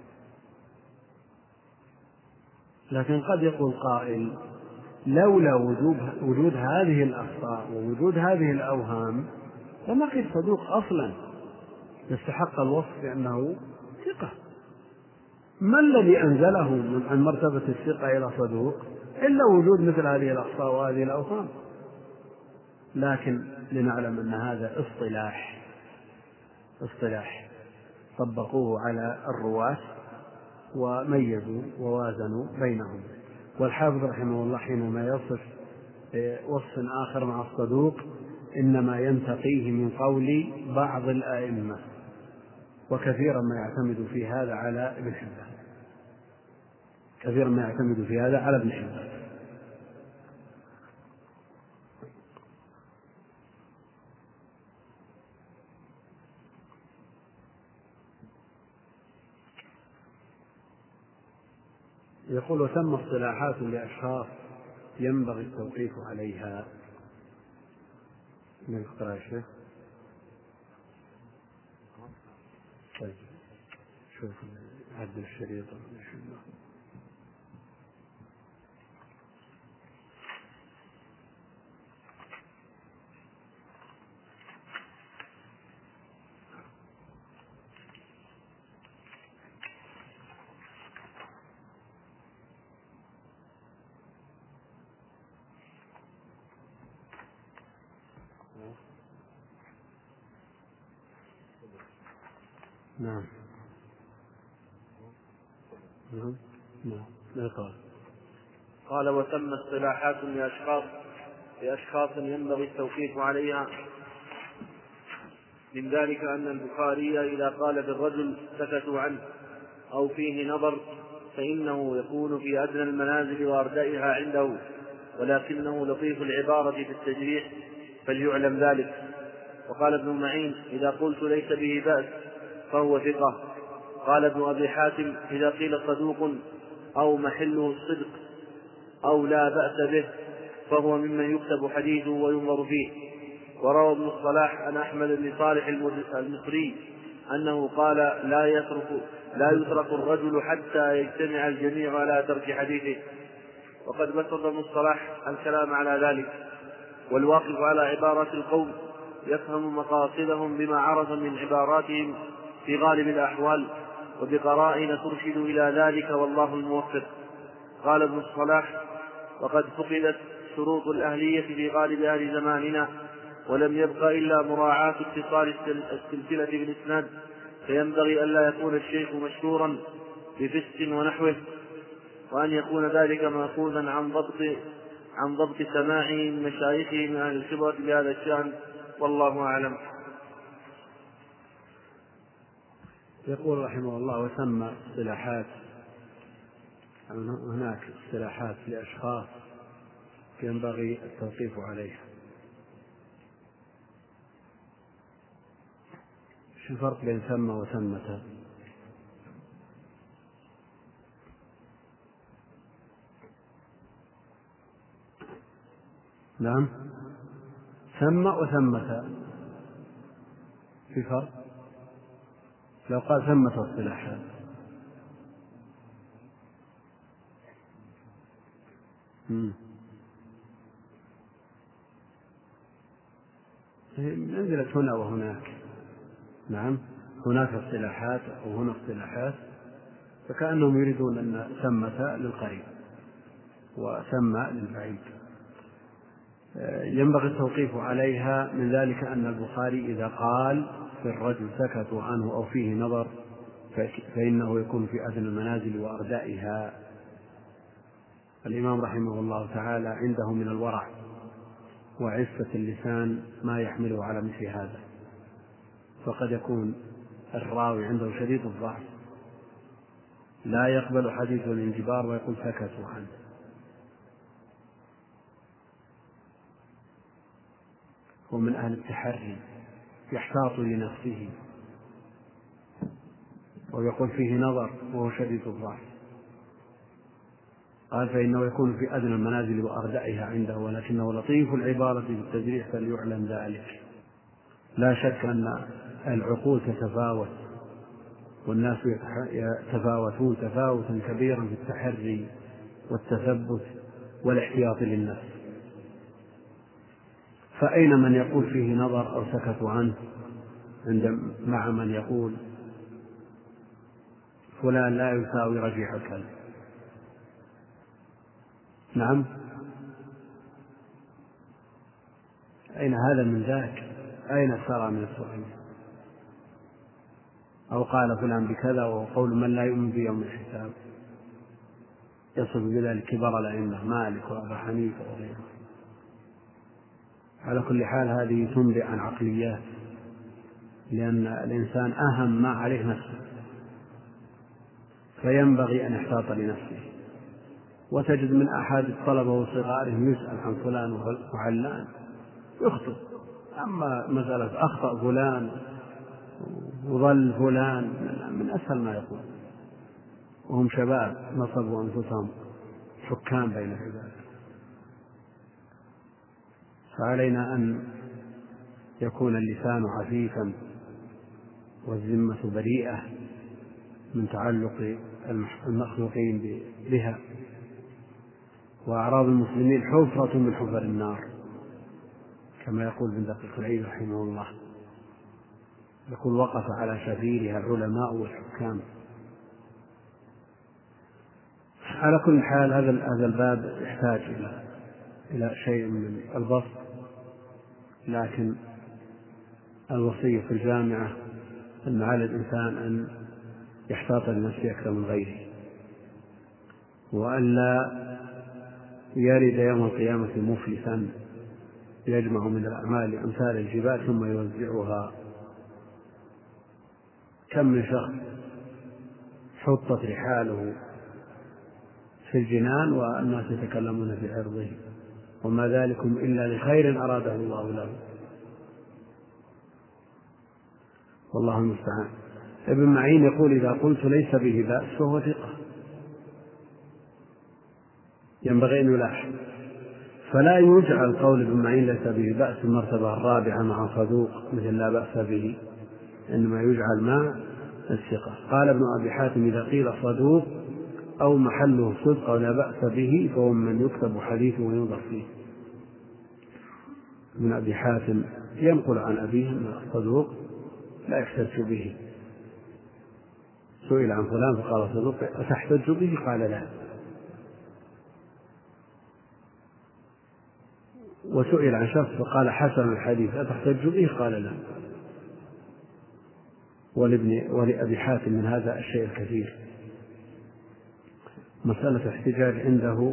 لكن قد يقول قائل لولا وجود, وجود هذه الأخطاء ووجود هذه الأوهام لما قيل صدوق أصلا، يستحق الوصف بأنه ثقة. ما الذي أنزله من عن مرتبة الثقة إلى صدوق إلا وجود مثل هذه الأخطاء وهذه الأوهام؟ لكن لنعلم أن هذا اصطلاح اصطلاح طبقوه على الرواة وميزوا ووازنوا بينهم. والحافظ رحمه الله حينما يصف وصف آخر مع الصدوق إنما ينتقيه من قول بعض الأئمة، وكثيرا ما يعتمد في هذا على ابن حبان كثيرا ما يعتمد في هذا على ابن حبان. يقول وتم اصطلاحات لأشخاص ينبغي التوقيف عليها. من اختراع الشيخ؟ طيب شوف عدل الشريط. نعم نعم نعم قال قال وتم اصطلاحات لأشخاص لأشخاص ينبغي التوقيف عليها. من ذلك أن البخاري إذا قال بالرجل سكتوا عنه أو فيه نظر فإنه يكون في أدنى المنازل وأردئها عنده، ولكنه لطيف العبارة في التجريح فليعلم ذلك. وقال ابن معين إذا قلت ليس به بأس فهو ثقة، قال ابن أبي حاتم: إذا قيل صدوق أو محله الصدق أو لا بأس به فهو ممن يكتب حديثه وينظر فيه. وروى ابن الصلاح عن أحمد بن صالح المصري أنه قال: لا يترك, لا يترك الرجل حتى يجتمع الجميع على ترك حديثه. وقد بسط ابن الصلاح الكلام على ذلك. والواقف على عبارات القوم يفهم مقاصدهم بما عرف من عباراتهم في غالب الأحوال وبقرائن ترشد إلى ذلك، والله الموفق. قال ابن الصلاح: وقد فقدت شروط الأهلية في غالب أهل زماننا، ولم يبق إلا مراعاة اتصال السلسلة بالإسناد، فينبغي ألا يكون الشيخ مشهورا بفسق ونحوه، وأن يكون ذلك مأخوذا عن ضبط عن ضبط سماعه من مشايخه من أهل الخبرة بهذا الشأن، والله أعلم. يقول رحمه الله: وسمى اصطلاحات، هناك اصطلاحات لأشخاص ينبغي التوقيف عليها. شو الفرق بين سمى وسمة؟ نعم، سمى وسمة في فرق. لو قال سمة اصطلاحات نزلت هنا وهناك. نعم، هناك اصطلاحات وهنا اصطلاحات، فكأنهم يريدون أن سمة للقريب وسمى للبعيد. ينبغي التوقيف عليها. من ذلك أن البخاري إذا قال في الرجل سكتوا عنه أو فيه نظر فإنه يكون في أدنى المنازل وأردائها. الإمام رحمه الله تعالى عنده من الورع وعفة اللسان ما يحمله على مثل هذا، فقد يكون الراوي عنده شديد الضعف لا يقبل حديث الانجبار ويقول سكتوا عنه. هو من أهل التحري، يحتاط لنفسه ويقول فيه نظر وهو شديد الضعف. قال: فإنه يكون في أدنى المنازل وأردائها عنده، ولكنه لطيف العبارة بالتجريح فليعلم ذلك. لا شك أن العقول تتفاوت والناس يتفاوتون تفاوتا كبيرا في التحري والتثبت والاحتياط للنفس. فأين من يقول فيه نظر أو سكتوا عنه عند مع من يقول فلان لا يساوي رجيع الكلب؟ نعم، أين هذا من ذاك؟ أين الثرى من السؤال؟ أو قال فلان بكذا وهو قول من لا يؤمن بيوم الحساب، يصف بذلك كبار الأئمة مالك وأبا حنيفة وغيره. على كل حال هذه تنبئ عن عقليات، لأن الإنسان أهم ما عليه نفسه، فينبغي أن يحتاط لنفسه. وتجد من أحد الطلبة وصغارهم يسأل عن فلان وعلان يخطئ، أما مسألة أخطأ فلان وظل فلان من أسهل ما يقول، وهم شباب نصبوا أنفسهم حكام بين العباد. فعلينا أن يكون اللسان عفيفا والذمة بريئة من تعلق المخلوقين بها. وأعراض المسلمين حفرة من حفر النار، كما يقول ابن دقيق العيد رحمه الله، يقول: وقف على شفيرها العلماء والحكام. على كل حال هذا هذا الباب يحتاج إلى إلى شيء من البسط، لكن الوصية في الجامعة أن على الإنسان أن يحتاط لنفسه أكثر من غيره، وألا يرد يوم القيامة مفلسا يجمع من الأعمال أمثال الجبال ثم يوزعها. كم من شخص حطت رحاله في الجنان والناس يتكلمون في عرضه، وما ذلكم إلا لخير أراده الله له، والله المستعان. ابن معين يقول إذا قلت ليس به بأس فهو ثقة، ينبغي أن يلاحظ. فلا يجعل قول ابن معين ليس به بأس المرتبة الرابعة مع صدوق مثل لا بأس به، إنما يجعل مع الثقة. قال ابن أبي حاتم إذا قيل صدوق أو محله صدق أو لا بأس به فهو من يكتب حديثه وينظر فيه. ابن أبي حاتم ينقل عن أبيه أن الصدوق لا يحتج به. سئل عن فلان فقال صدوق أتحتج به؟ قال لا. وسئل عن شخص فقال حسن الحديث أتحتج به؟ قال لا. ولابن ولأبي حاتم من هذا الشيء الكثير. مسألة الاحتجاج عنده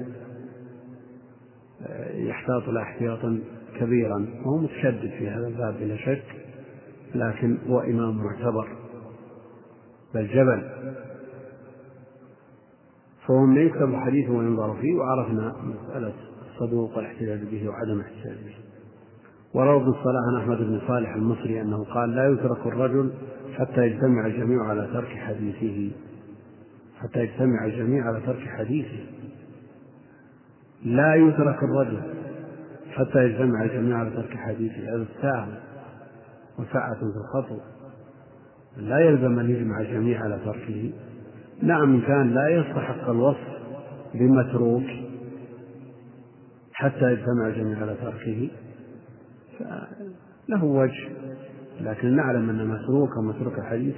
يحتاط له احتياطا كبيرا، وهو متشدد في هذا الباب بلا شك، لكن هو إمام معتبر بل جبل، فهو من يكتب حديثه وينظر فيه. وعرفنا مسألة الصدوق والاحتجاج به وعدم الاحتجاج به. وروى ابن الصلاح عن أحمد بن صالح المصري أنه قال لا يترك الرجل حتى يجتمع الجميع على ترك حديثه، حتى يجتمع الجميع على ترك حديثه. لا يترك الرجل حتى يجتمع الجميع على ترك حديثه، هذا الساعة وساعة في الخطو. لا يلزم أن يجمع الجميع على تركه. نعم إن كان لا يستحق الوصف بمتروك حتى يجتمع الجميع على تركه فله وجه، لكن نعلم أن متروك ومتروك الحديث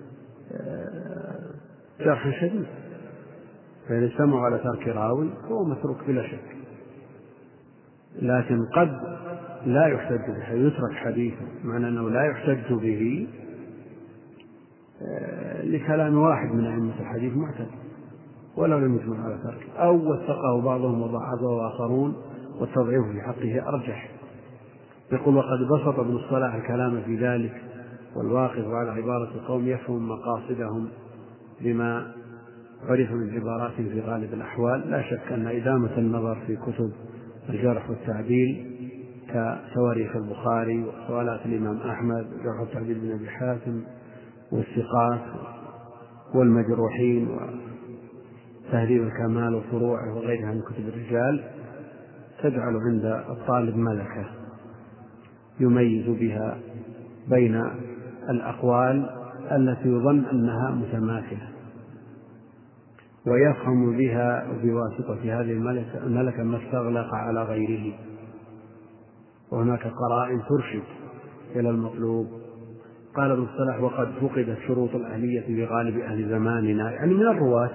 جرح شديد، فإذا اجتمعوا على ترك راوي هو متروك بلا شك. لكن قد لا يحتج به، يترك حديثه، معنى أنه لا يحتج به لكلام واحد من أئمة الحديث معتد ولو لم يجمع على تركه، أو وثقه بعضهم وضعفه آخرون والتضعيف في حقه أرجح. يقول وقد بسط ابن الصلاح الكلام في ذلك، والواقف على عبارة القوم يفهم مقاصدهم بما عرف من عبارات في غالب الأحوال. لا شك أن إدامة النظر في كتب الجرح والتعديل كتواريخ البخاري وسؤالات الإمام أحمد وجرح والتعديل بن أبي حاتم والثقات والمجروحين وتهذيب الكمال وفروعه وغيرها من كتب الرجال تجعل عند الطالب ملكة يميز بها بين الأقوال التي يظن أنها متماثلة، ويفهم بها بواسطة هذه الملكة ما استغلق على غيره، وهناك قرائن ترشد إلى المطلوب. قال ابن الصلاح وقد فقدت شروط الأهلية بغالب أهل زماننا، يعني من الرواة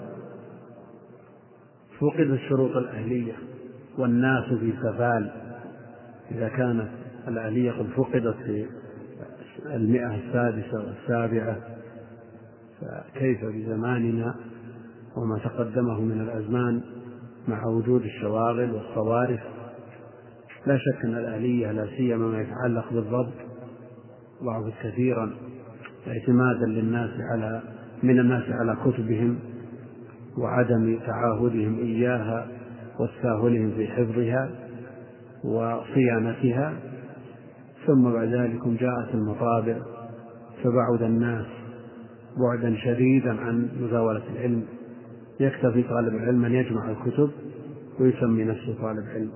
فقدت شروط الأهلية والناس في سفال. إذا كانت الأهلية قد فقدت في المئة السادسة والسابعة فكيف بزماننا وما تقدمه من الأزمان مع وجود الشواغل والصوارف. لا شك أن الأهلية لا سيما ما يتعلق بالضبط ضعفت كثيرا اعتمادا للناس على من الناس على كتبهم وعدم تعاهدهم إياها وتساهلهم في حفظها وصيانتها. ثم بعد ذلك جاءت المطابع فبعد الناس بعدا شديدا عن مزاولة العلم، يكتفي طالب العلم أن يجمع الكتب ويسمي نفسه طالب علم.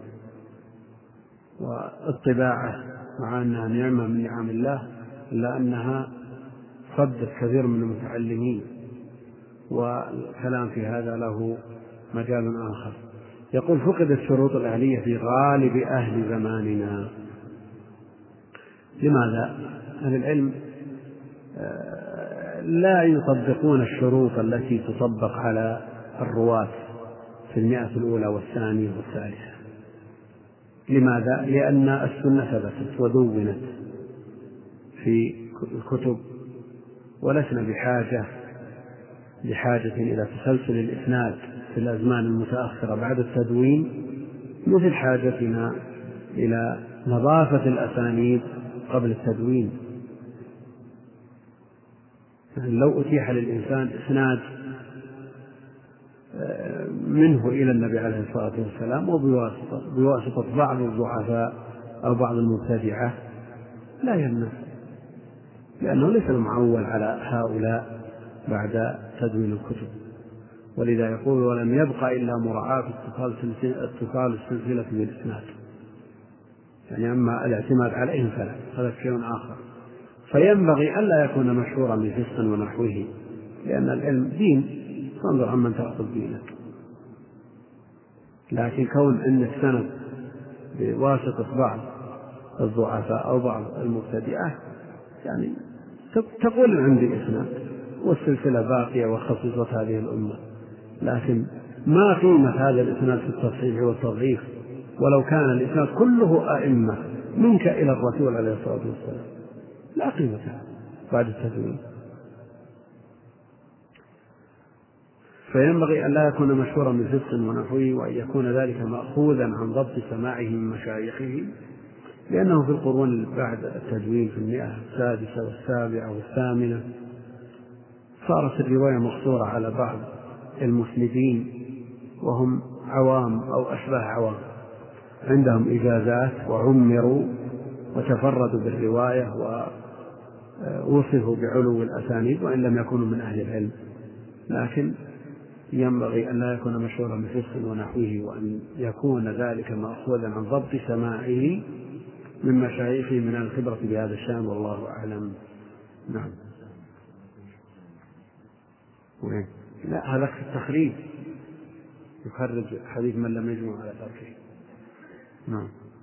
والطباعة مع أنها نعمة من نعم الله إلا أنها صدت كثير من المتعلمين، والكلام في هذا له مجال آخر. يقول فقدت شروط الأهلية في غالب أهل زماننا. لماذا؟ أهل العلم لا يطبقون الشروط التي تطبق على الرواة في المئة الأولى والثانية والثالثة. لماذا؟ لأن السنة ثبتت ودونت في الكتب، ولسنا بحاجة بحاجة إلى تسلسل الإسناد في الأزمان المتأخرة بعد التدوين مثل حاجتنا إلى نظافة الأسانيد قبل التدوين. يعني لو أتيح للإنسان إسناد منه إلى النبي عليه الصلاة والسلام وبواسطة بواسطة بعض الضعفاء أو بعض المبتدعة لا يمنع، لأنه ليس المعول على هؤلاء بعد تدوين الكتب. ولذا يقول ولم يبقى إلا مراعاة اتصال السلسلة بالإسناد، يعني أما الاعتماد عليهم فلا، هذا شيء آخر. فينبغي ألا يكون مشهورا بفسق ونحوه، لأن العلم دين، فانظر عمن تأخذ دينك. لكن كون أن السند بواسطة بعض الضعفاء أو بعض المبتدئة، يعني تقول عندي إسناد والسلسلة باقية وخصصت هذه الأمة، لكن ما قيمة هذا الإسناد في التصحيح والتضعيف ولو كان الإسناد كله أئمة منك إلى الرسول عليه الصلاة والسلام؟ لا قيمة بعد التدوين. فينبغي أن لا يكون مشهورا بفسق ونحوه، وأن يكون ذلك مأخوذا عن ضبط سماعه من مشايخه، لأنه في القرون بعد التدوين في المئة السادسة والسابعة والثامنة صارت الرواية مقصورة على بعض المسندين وهم عوام أو أشبه عوام، عندهم إجازات وعمروا وتفردوا بالرواية ووصفوا بعلو الأسانيد وإن لم يكونوا من أهل العلم. لكن ينبغي أن لا يكون مشهورا بفسق ونحوه، وأن يكون ذلك مأخوذا عن ضبط سماعه من مشايخه من الخبرة بهذا الشأن، والله أعلم. نعم. وين؟ لا، هذا في التخريج يخرج حديث من لم يجمع على تركه. نعم.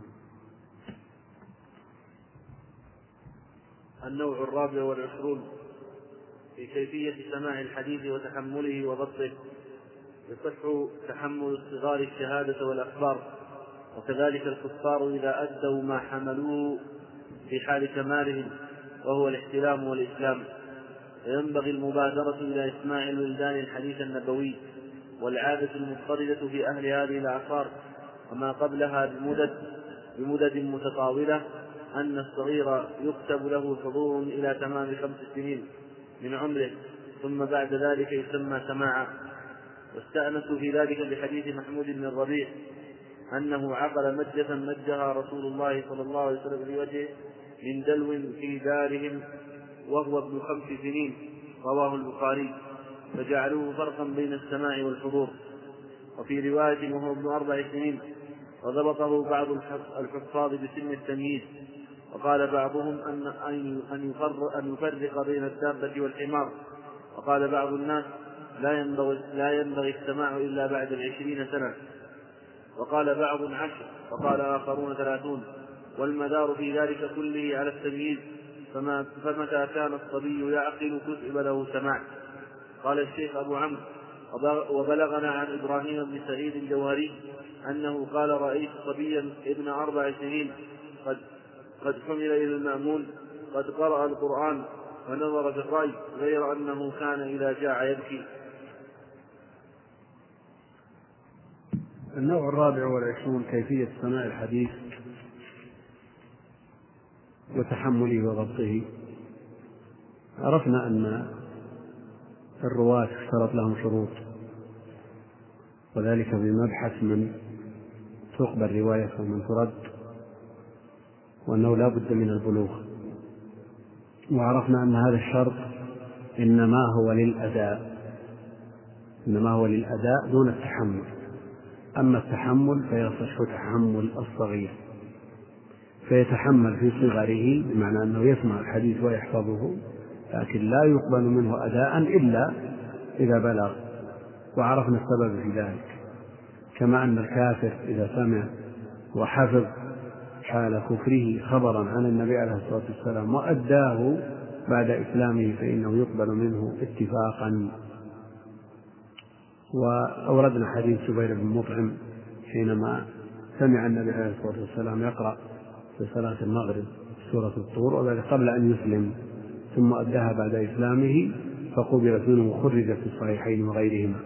النوع الرابع والعشرون في كيفية سماع الحديث وتحمله وضبطه. يصح تحمل الصغار الشهادة والأخبار، وكذلك الكفار إذا أدوا ما حملوه في حال كمالهم، وهو الاحتلام والإسلام. وينبغي المبادرة إلى إسماع الولدان الحديث النبوي، والعادة المضطردة في أهل هذه الأعصار وما قبلها بمدد بمدد متطاولة أن الصغير يكتب له حضور إلى تمام خمس سنين من عمره، ثم بعد ذلك يسمى سماعا. واستأنسوا في ذلك بحديث محمود بن الربيع أنه عقل مجة مجها رسول الله صلى الله عليه وسلم لوجهه من دلو في دارهم وهو ابن خمس سنين، رواه البخاري، فجعلوه فرقا بين السماع والحضور. وفي رواية وهو ابن أربع سنين، وضبطه بعض الحفاظ بسن التمييز. وقال بعضهم أن أن يفرق, أن يفرق بين الدابة والحمار. وقال بعض الناس لا ينبغي, لا ينبغي السماع إلا بعد العشرين سنة. وقال بعض عشر، وقال آخرون ثلاثون. والمدار في ذلك كله على التمييز، فما فمتى كان الصبي يعقل كتب له سماع. قال الشيخ أبو عمرو: وبلغنا عن إبراهيم بن سعيد الجوهري أنه قال: رأيت صبيا ابن أربع سنين قد, قد حمل إلى المأمون قد قرأ القرآن ونظر في الرأي، غير أنه كان إذا جاع يبكي. النوع الرابع والعشرون كيفية سماع الحديث وتحمله وضبطه. عرفنا أن الرواة اشترط لهم شروط، وذلك بمبحث من تقبل رواية ومن ترد، وأنه لا بد من البلوغ. وعرفنا أن هذا الشرط إنما هو للأداء إنما هو للأداء دون التحمل. أما التحمل فيصح تحمل الصغير، فيتحمل في صغره بمعنى أنه يسمع الحديث ويحفظه، لكن لا يقبل منه أداء إلا إذا بلغ. وعرفنا السبب في ذلك، كما أن الكافر إذا سمع وحفظ حال كفره خبرا عن النبي عليه الصلاة والسلام وأداه بعد إسلامه فإنه يقبل منه اتفاقا. وأوردنا حديث جبير بن مطعم حينما سمع النبي عليه الصلاة والسلام يقرأ في صلاة المغرب سورة الطور، وذلك قبل أن يسلم، ثم أداها بعد إسلامه فقبلت منه وخرجت في الصحيحين وغيرهما.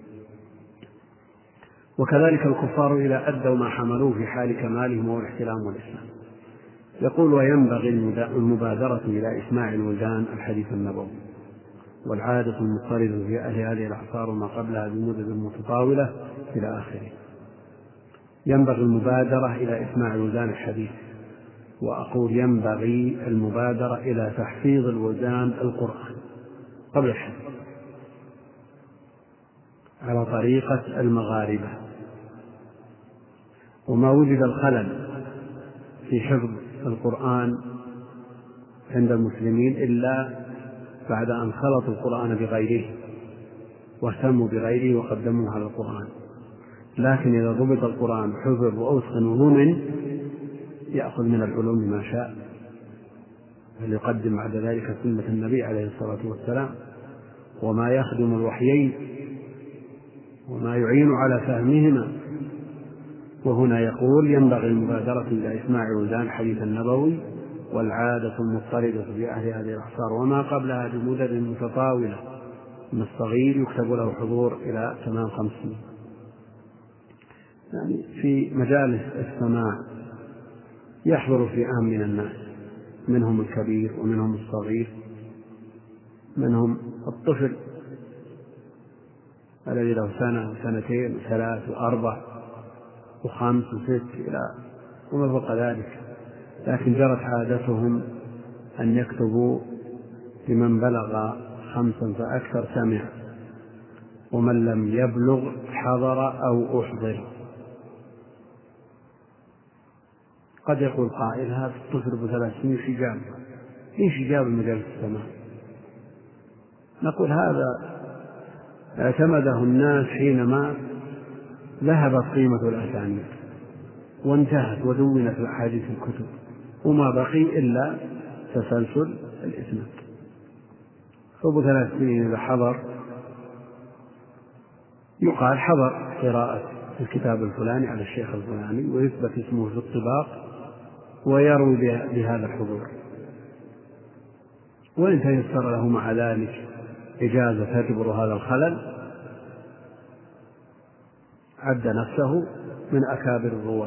وكذلك الكفار إذا أدوا ما حملوه في حال كمالهم والاحتلام والإسلام. يقول: وينبغي المبادرة إلى إسماع الولدان الحديث النبوي، والعادة المضطردة في أهل هذه الأعصار وما قبلها بمدد متطاولة إلى آخره. ينبغي المبادرة إلى إسماع الولدان الحديث، وأقول ينبغي المبادرة إلى تحفيظ الولدان القرآن قبل الحفظ على طريقة المغاربة. وما وجد الخلل في حفظ القرآن عند المسلمين إلا بعد أن خلطوا القرآن بغيره واهتموا بغيره وقدموه على القرآن. لكن إذا ضبط القرآن حفظ وأتقن وضمن يأخذ من العلوم ما شاء، فليقدم بعد ذلك سنة النبي عليه الصلاة والسلام وما يخدم الوحيين وما يعين على فهمهما. وهنا يقول ينبغي المبادرة إلى إسماع الولدان الحديث النبوي، والعادة المضطردة في أهل هذه الأعصار وما قبلها بمدد متطاولة من الصغير يكتب له حضور إلى تمام خمس سنين. يعني في مجالس السماع يحضر فئام من الناس، منهم الكبير ومنهم الصغير، منهم الطفل الذي له سنة وسنتين وثلاث وأربع وخمس وست إلى وما فوق ذلك. لكن جرت عادتهم أن يكتبوا لمن بلغ خمسا فأكثر سمع، ومن لم يبلغ حضر أو أحضر. قد يقول قائل هذا الطفل بثلاث سنين ايش جاب؟ ايش جاب مجالس السماع؟ نقول هذا اعتمده الناس حينما ذهبت قيمة الأسانيد وانتهت ودونت الأحاديث في الكتب، وما بقي إلا تسلسل الإسناد. فأبو ثلاث سنين إذا حضر يقال حضر قراءة الكتاب الفلاني على الشيخ الفلاني ويثبت اسمه في الطباق ويروي بهذا الحضور. وإن تيسر له مع ذلك إجازة تجبر هذا الخلل عد نفسه من أكابر الرواة.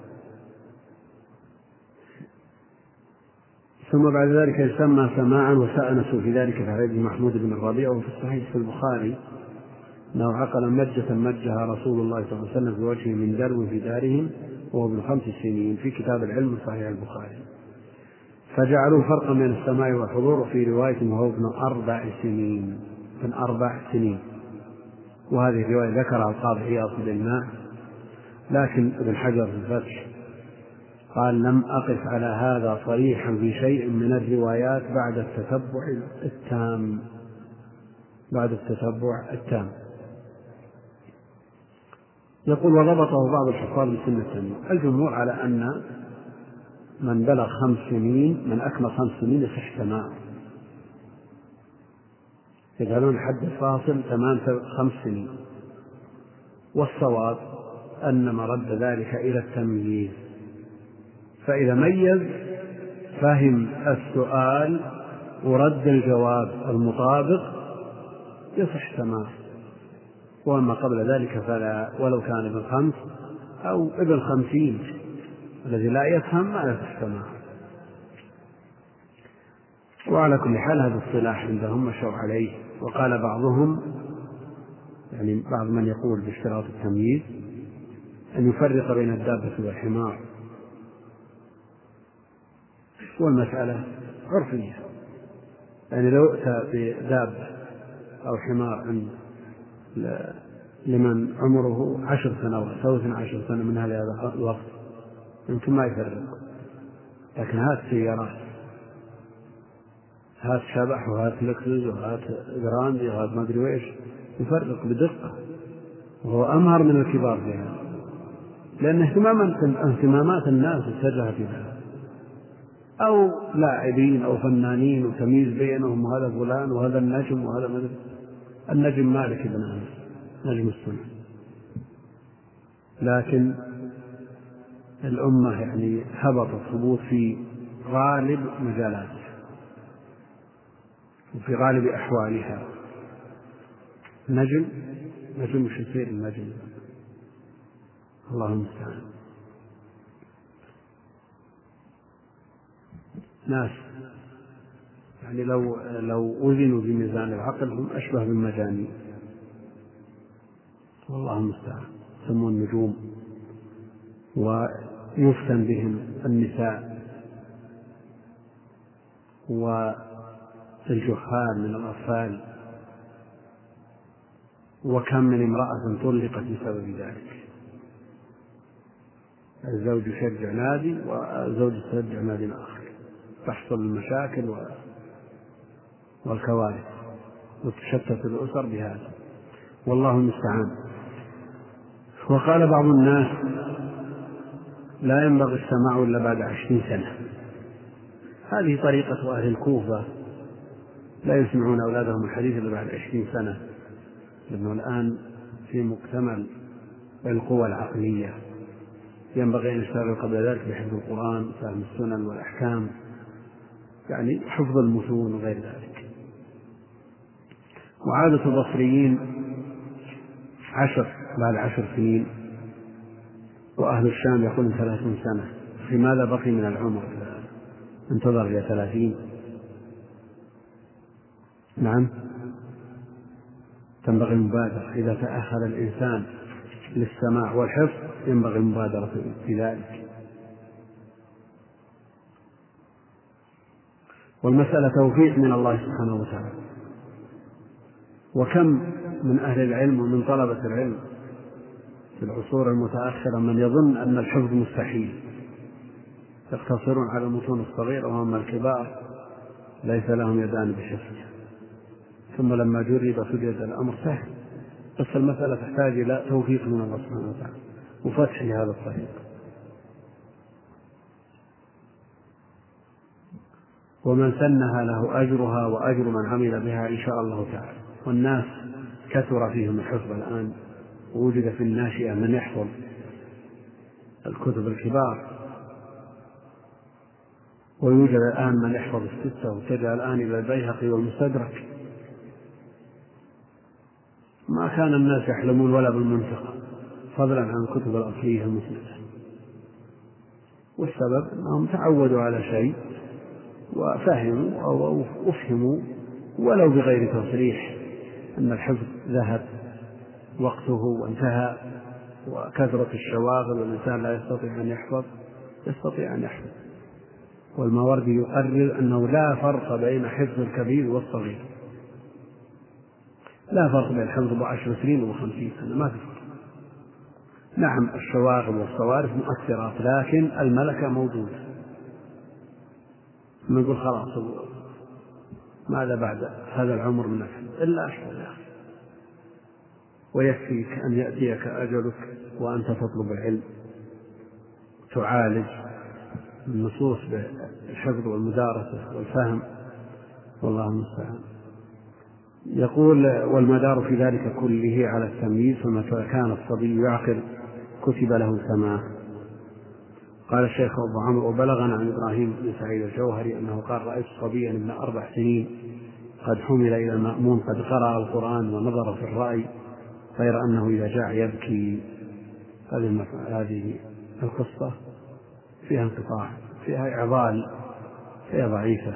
ثم بعد ذلك يسمى سماعا، وسأنس في ذلك في حديث محمود بن الربيع وفي الصحيح في البخاري أنه عقل مجة مجها رسول الله صلى الله عليه وسلم في وجهه من درو في دارهم وهو ابن خمس سنين في كتاب العلم صحيح البخاري، فجعلوا فرقا بين السماع والحضور في رواية وهو ابن أربع سنين ابن أربع سنين وهذه الرواية ذكرها القاضي عياض بن الماء. لكن ابن حجر في الفتح قال لم أقف على هذا صريحا في شيء من الروايات بعد التتبع التام بعد التتبع التام يقول وضبطه بعض الحفاظ بسنة التمييز. الجمهور على أن من بلغ خمس سنين من أكمل خمس سنين يصح سماعه، يجعلون الحد الفاصل تمام خمس سنين، والصواب أن مرد ذلك إلى التمييز، فإذا ميز فهم السؤال ورد الجواب المطابق يصح سماعه، وأما قبل ذلك فلا، ولو كان ابن خمس أو ابن خمسين الذي لا يفهم ما يصح سماعه. وعلى كل حال هذا الصلاح عندهم مشوا عليه. وقال بعضهم يعني بعض من يقول باشتراط التمييز أن يفرق بين الدابة والحمار، والمسألة عرفية، يعني لو أتى بدابة أو حمار عند لمن عمره عشر سنوات أو اثنى عشر سنة من هذا الوقت يمكن ما يفرق، لكن هات سيارات، هات شبح وهات لكزس وهات جراندي وهات ما أدري وإيش، يفرق بدقة وهو أمهر من الكبار فيها، لأن اهتمامات الناس اتجهت إليها، أو لاعبين أو فنانين وتمييز بينهم وهذا فلان وهذا النجم وهذا مدري. النجم مالك بن أنس نجم السنة، لكن الأمة يعني هبطت هبوط في غالب مجالاتها وفي غالب أحوالها. نجم نجم مش يصير النجم، الله المستعان. ناس يعني لو لو وزنوا بميزان العقل هم أشبه بالمجانين، والله المستعان. يسمون النجوم ويفتن بهم النساء والجهال من الأطفال، وكم من امرأة طلقت بسبب ذلك. الزوج يشجع نادي والزوج يشجع نادي آخر، تحصل المشاكل والكوارث وتشتت الأسر بهذا، والله المستعان. وقال بعض الناس لا ينبغي السماع إلا بعد عشرين سنة. هذه طريقة أهل الكوفة، لا يسمعون أولادهم الحديث إلا بعد عشرين سنة، لأنه الآن في مكتمل القوى العقلية، ينبغي أن يشتغل قبل ذلك بحفظ القرآن وفهم السنن والأحكام، يعني حفظ المتون وغير ذلك. وعادة البصريين عشر بعد عشر سنين، وأهل الشام يقولون ثلاثون سنة. في ماذا بقي من العمر؟ انتظر إلى ثلاثين. نعم، تنبغي المبادرة إذا تأخر الإنسان للسماع والحفظ، ينبغي المبادرة في ذلك. والمسألة توفيق من الله سبحانه وتعالى. وكم من أهل العلم ومن طلبة العلم في العصور المتأخرة من يظن أن الحفظ مستحيل، يقتصرون على المتون الصغيرة، وهم الكبار ليس لهم يدان بحفظها. ثم لما جرب فوجد الأمر سهل، بس المسألة تحتاج إلى توفيق من الله سبحانه وتعالى وفتح هذا الطريق. ومن سنها له أجرها وأجر من عمل بها إن شاء الله تعالى. والناس كثر فيهم الحفظ الآن، ووجد في الناشئة من يحفظ الكتب الكبار، ويوجد الآن من يحفظ الستة، واتجه الآن إلى البيهقي والمستدرك. ما كان الناس يحلمون ولا بالمنطقة، فضلا عن الكتب الأصلية المسندة. والسبب أنهم تعودوا على شيء وفهموا أو أفهموا ولو بغير تصريح أن الحفظ ذهب وقته وانتهى، وكثرة الشواغل والإنسان لا يستطيع أن يحفظ. يستطيع أن يحفظ. والماوردي يقرر أنه لا فرق بين حفظ الكبير والصغير، لا فرق بين الحفظ بعشر سنين وخمسين سنة، ما في فرق. نعم الشواغل والصوارف مؤثرات، لكن الملكة موجودة. نقول خلاص ماذا بعد هذا العمر من الحفظ إلا أحفظ يا أخي، ويكفيك أن يأتيك أجلك وأنت تطلب العلم، تعالج النصوص بالحفظ والمدارسة والفهم، والله المستعان. يقول والمدار في ذلك كله على التمييز، فمتى كان الصبي يعقل كتب له سماع. قال الشيخ أبو عمرو وبلغنا عن إبراهيم بن سعيد الجوهري أنه قال رأيت صبيا ابن أربع سنين قد حمل إلى المأمون قد قرأ القرآن ونظر في الرأي، غير أنه إذا جاء يبكي. هذه القصة فيها انقطاع، فيها إعضال، فيها ضعيفة.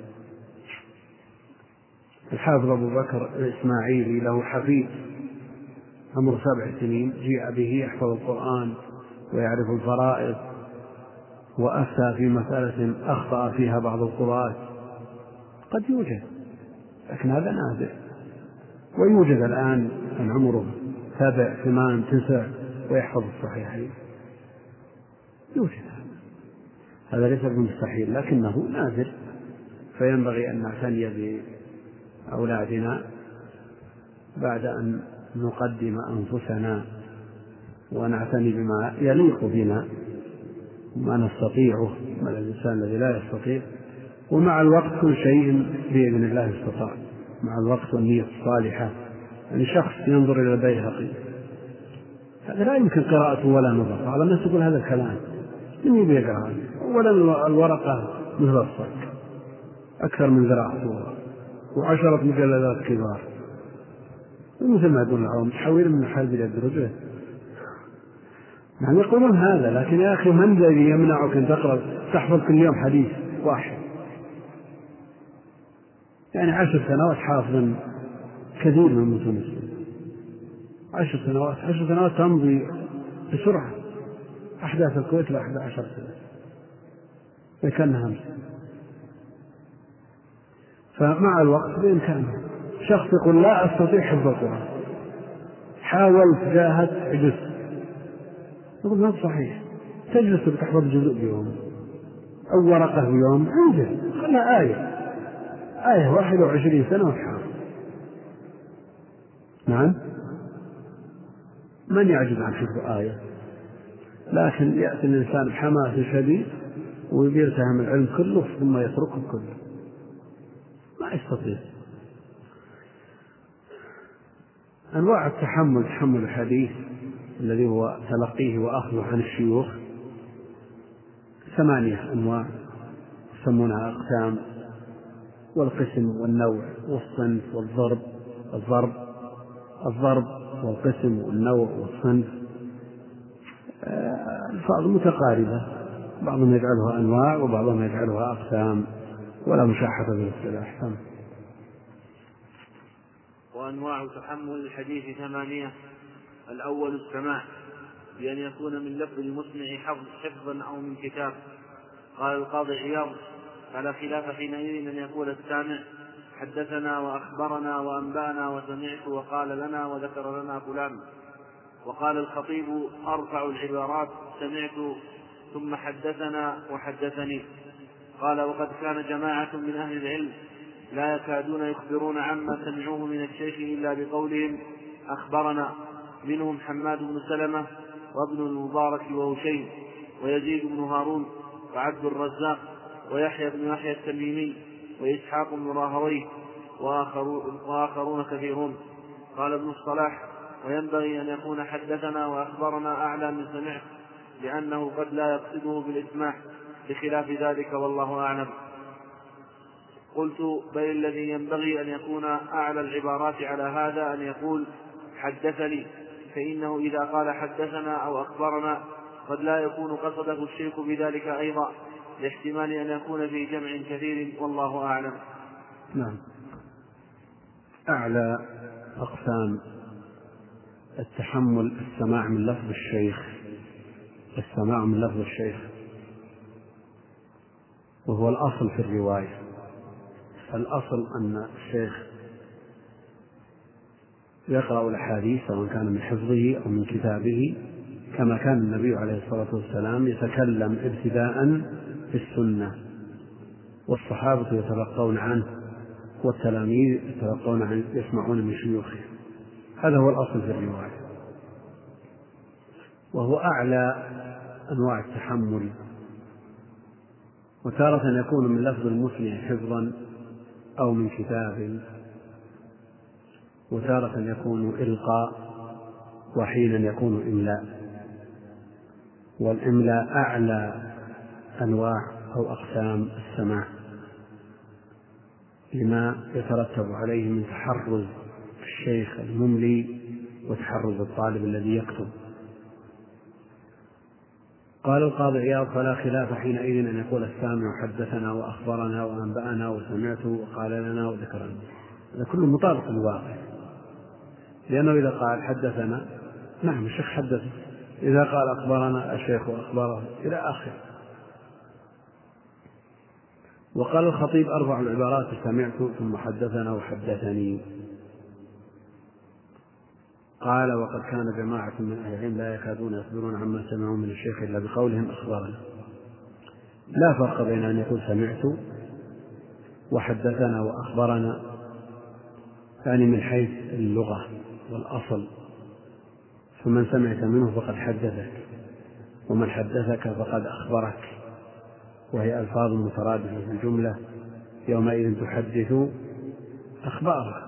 الحافظ أبو بكر الإسماعيلي له حفيد عمره سبع سنين جيء به يحفظ القرآن ويعرف الفرائض، وأفتى في مسألة أخطأ فيها بعض القراء. قد يوجد، لكن هذا نادر. ويوجد الآن من عمره سبع ثمان تسع ويحفظ الصحيحين، يوجد. هذا ليس بمستحيل لكنه نادر، فينبغي أن نعتني بأولادنا بعد أن نقدم أنفسنا ونعتني بما يليق بنا وما نستطيعه، ما الإنسان الذي لا يستطيع. ومع الوقت كل شيء بإذن الله استطاع، مع الوقت والنية الصالحة. يعني شخص ينظر إلى البيهقي هذا لا يمكن قراءته ولا نظر. بعض الناس يقول هذا الكلام من يبي يقرأ؟ أولا الورقة مثل الصك أكثر من ذراع صورة، وعشرة مجلدات كبار، ومثل ما يقول العوام تحويل من حال يد رجله. يعني يقولون هذا، لكن يا أخي من الذي يمنعك أن تقرأ تحفظ كل يوم حديث واحد؟ يعني عشر سنوات حافظا كثير من متون السنة، عشر سنوات عشر سنوات تمضي بسرعة. أحداث الكويت لأحد عشر سنة، لكنها فمع الوقت بإمكانه. شخص يقول لا أستطيع حفظ القرآن، حاولت جاهدت عجزت، يقول ما صحيح، تجلس بتحفظ جزء بيوم أو ورقة بيوم، انجز، خلها آية آية واحد وعشرين سنة وتحفظ. نعم، من يعجز عن حفظ آية؟ لكن يأتي الإنسان بحماس شديد ويرتهم العلم كله ثم يتركه كله، ما يستطيع. أنواع التحمل: تحمل الحديث الذي هو تلقيه وأخذه عن الشيوخ، ثمانية أنواع يسمونها أقسام: والقسم والنوع والصنف والضرب الضرب الضرب والقسم والنوع والصنف. الفاظ متقاربة، بعضهم يجعلها أنواع وبعضهم يجعلها أقسام، ولا مشاحة في الاصطلاح. وأنواع تحمل الحديث ثمانية: الأول السماع، بأن يكون من لفظ المسمع حفظا أو من كتاب. قال القاضي عياض: على خلاف حينئذ أن يقول السامع حدثنا وأخبرنا وأنبأنا وسمعت وقال لنا وذكر لنا فلان. وقال الخطيب: أرفع العبارات سمعت ثم حدثنا وحدثني. قال: وقد كان جماعة من أهل العلم لا يكادون يخبرون عما سمعوه من الشيخ إلا بقولهم أخبرنا، منهم حماد بن سلمة وابن المبارك وهشيم ويزيد بن هارون وعبد الرزاق ويحيى بن يحيى التميمي وإسحاق بن راهويه وآخرون كثيرون. قال ابن الصلاح: وينبغي أن يكون حدثنا وأخبرنا أعلى من سمعت، لأنه قد لا يقصده بالإسماع، بخلاف ذلك والله أعلم. قلت: بل الذي ينبغي أن يكون أعلى العبارات على هذا أن يقول حدثني، فإنه إذا قال حدثنا أو أخبرنا قد لا يكون قصده الشيخ بذلك أيضا، لاحتمال أن يكون في جمع كثير، والله أعلم. نعم. أعلى أقسام التحمل السماع من لفظ الشيخ، السماع من لفظ الشيخ، وهو الأصل في الرواية. الأصل أن الشيخ يقرأ الأحاديث سواء كان من حفظه أو من كتابه، كما كان النبي عليه الصلاة والسلام يتكلم ابتداء في السنة، والصحابة يتلقون عنه، والتلاميذ يتلقون عنه يسمعون من شيوخه. هذا هو الأصل في الرواية، وهو أعلى أنواع التحمل. وتارة يكون من لفظ المسمع حفظا أو من كتاب، وتارة يكون إلقاء، وحينا يكون إملاء. والإملاء أعلى أنواع أو أقسام السماع، لما يترتب عليه من تحرز الشيخ المملي وتحرز الطالب الذي يكتب. قال القاضي عياض: فلا خلاف حينئذ أن يقول السامع حدثنا وأخبرنا وأنبأنا وسمعت وقال لنا وذكر لنا. هذا كله مطابق للواقع، لأنه إذا قال حدثنا نعم الشيخ حدث، إذا قال أخبرنا الشيخ أخبره، إلى آخره. وقال الخطيب: أربع العبارات سمعت ثم حدثنا وحدثني. قال: وقد كان جماعة من أهل العلم لا يكادون يخبرون عما سمعوا من الشيخ إلا بقولهم أخبرنا. لا فرق بين أن يقول سمعت وحدثنا وأخبرنا، يعني من حيث اللغة والأصل، فمن سمعت منه فقد حدثك، ومن حدثك فقد أخبرك، وهي ألفاظ مترادفة في الجملة: يومئذ تحدث أخبارك،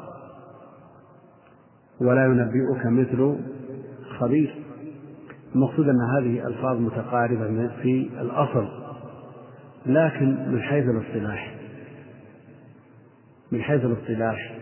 ولا ينبئك مثل خبير. المقصود أن هذه ألفاظ متقاربة في الأصل، لكن من حيث الاصطلاح من حيث الاصطلاح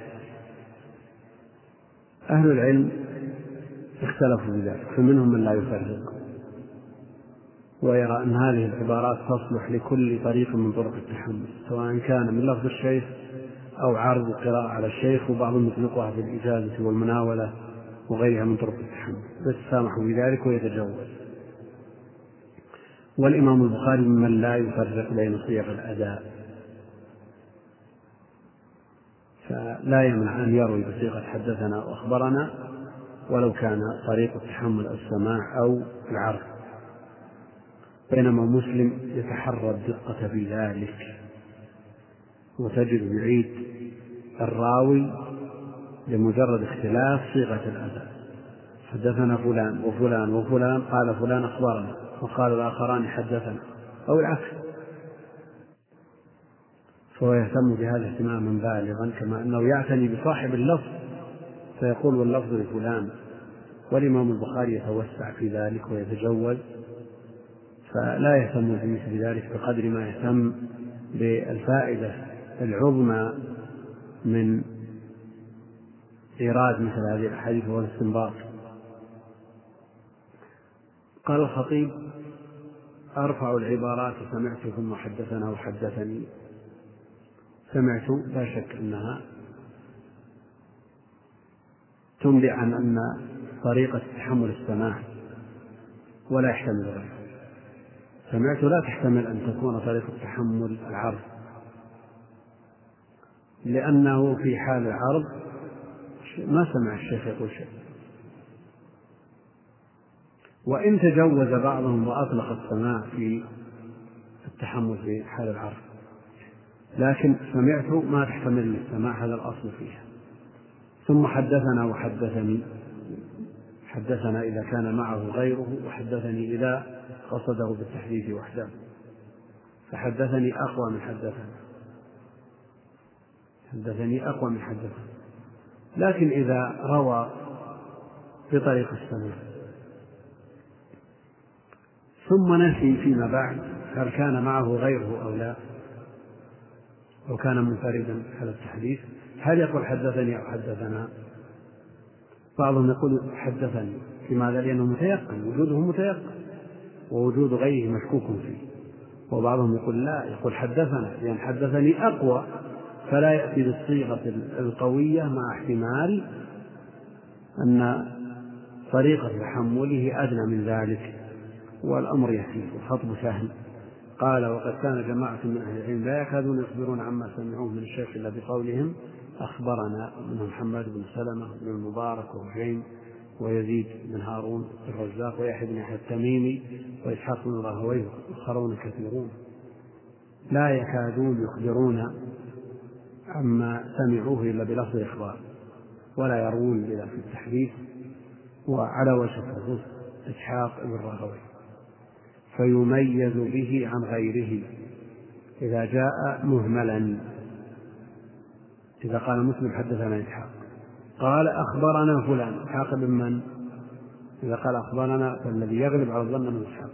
أهل العلم اختلفوا بذلك، فمنهم من لا يفرق ويرى أن هذه العبارات تصلح لكل طريق من طرق التحمل، سواء كان من لفظ الشيخ أو عرض القراءة على الشيخ، وبعضهم يطلقها بالإجازة والمناولة وغيرها من طرق التحمل، يتسامحوا بذلك ويتجوز. والإمام البخاري ممن لا يفرق بين صيغ الأداء، فلا يمنع أن يروي بصيغة حدثنا وأخبرنا ولو كان طريق التحمل السماع أو العرض، بينما مسلم يتحرى الدقة في ذلك، وتجد يعيد الراوي لمجرد اختلاف صيغة الأداء، حدثنا فلان وفلان وفلان قال فلان أخبرنا وقال الآخران حدثنا أو العكس، فهو يهتم بهذا اهتماما بالغا، كما أنه يعتني بصاحب اللفظ فيقول واللفظ لفلان. والإمام البخاري يتوسع في ذلك ويتجوز، فلا يهتم بمثل ذلك بقدر ما يهتم بالفائدة العظمى من إيراد مثل هذه الأحاديث والاستنباط. قال الخطيب: أرفع العبارات سمعت ثم حدثنا وحدثني. سمعت لا شك أنها تنبئ عن أن طريقة تحمل السماع ولا يحتمل غيره. سمعت لا تحتمل أن تكون طريقة تحمل العرض، لأنه في حال العرض ما سمع الشيخ يقول شيء، وإن تجوز بعضهم وأطلق السماع في التحمل في حال العرض، لكن سمعت ما تحتمل السماع، هذا الأصل فيها. ثم حدثنا وحدثني، حدثنا إذا كان معه غيره، وحدثني إذا قصده بالتحديث وحده، فحدثني أقوى من حدثنا، حدثني أقوى من حدثنا. لكن إذا روى بطريق السماع ثم نسي فيما بعد هل كان معه غيره أو لا، أو كان منفردا على التحديث، هل يقول حدثني أو حدثنا؟ بعضهم يقول حدثني، لماذا؟ لأنه متيقن، وجوده متيقن ووجود غيره مشكوك فيه. وبعضهم يقول لا، يقول حدثنا، لأن حدثني أقوى، فلا يأتي بالصيغة القوية مع احتمال أن طريقة تحمله أدنى من ذلك، والأمر يسير والخطب سهل. قال: وقد كان جماعة من أهل العلم لا يكادون يخبرون عما سمعوه من الشيخ إلا بقولهم أخبرنا، منهم محمد بن سلمة بن المبارك وهشيم ويزيد بن هارون الرزاق ويحيى بن يحيى التميمي وإسحاق بن راهويه وآخرون كثيرون. لا يكادون يخبرون عما سمعوه إلا بلفظ الإخبار، ولا يروون إلا في التحديث. وعلى وجه الخصوص إسحاق بن راهويه، فيميز به عن غيره إذا جاء مهملا. إذا قال مسلم حدثنا إسحاق، قال أخبرنا فلان، إسحاق بن من؟ إذا قال أخبرنا فالذي يغلب على الظن من إسحاق،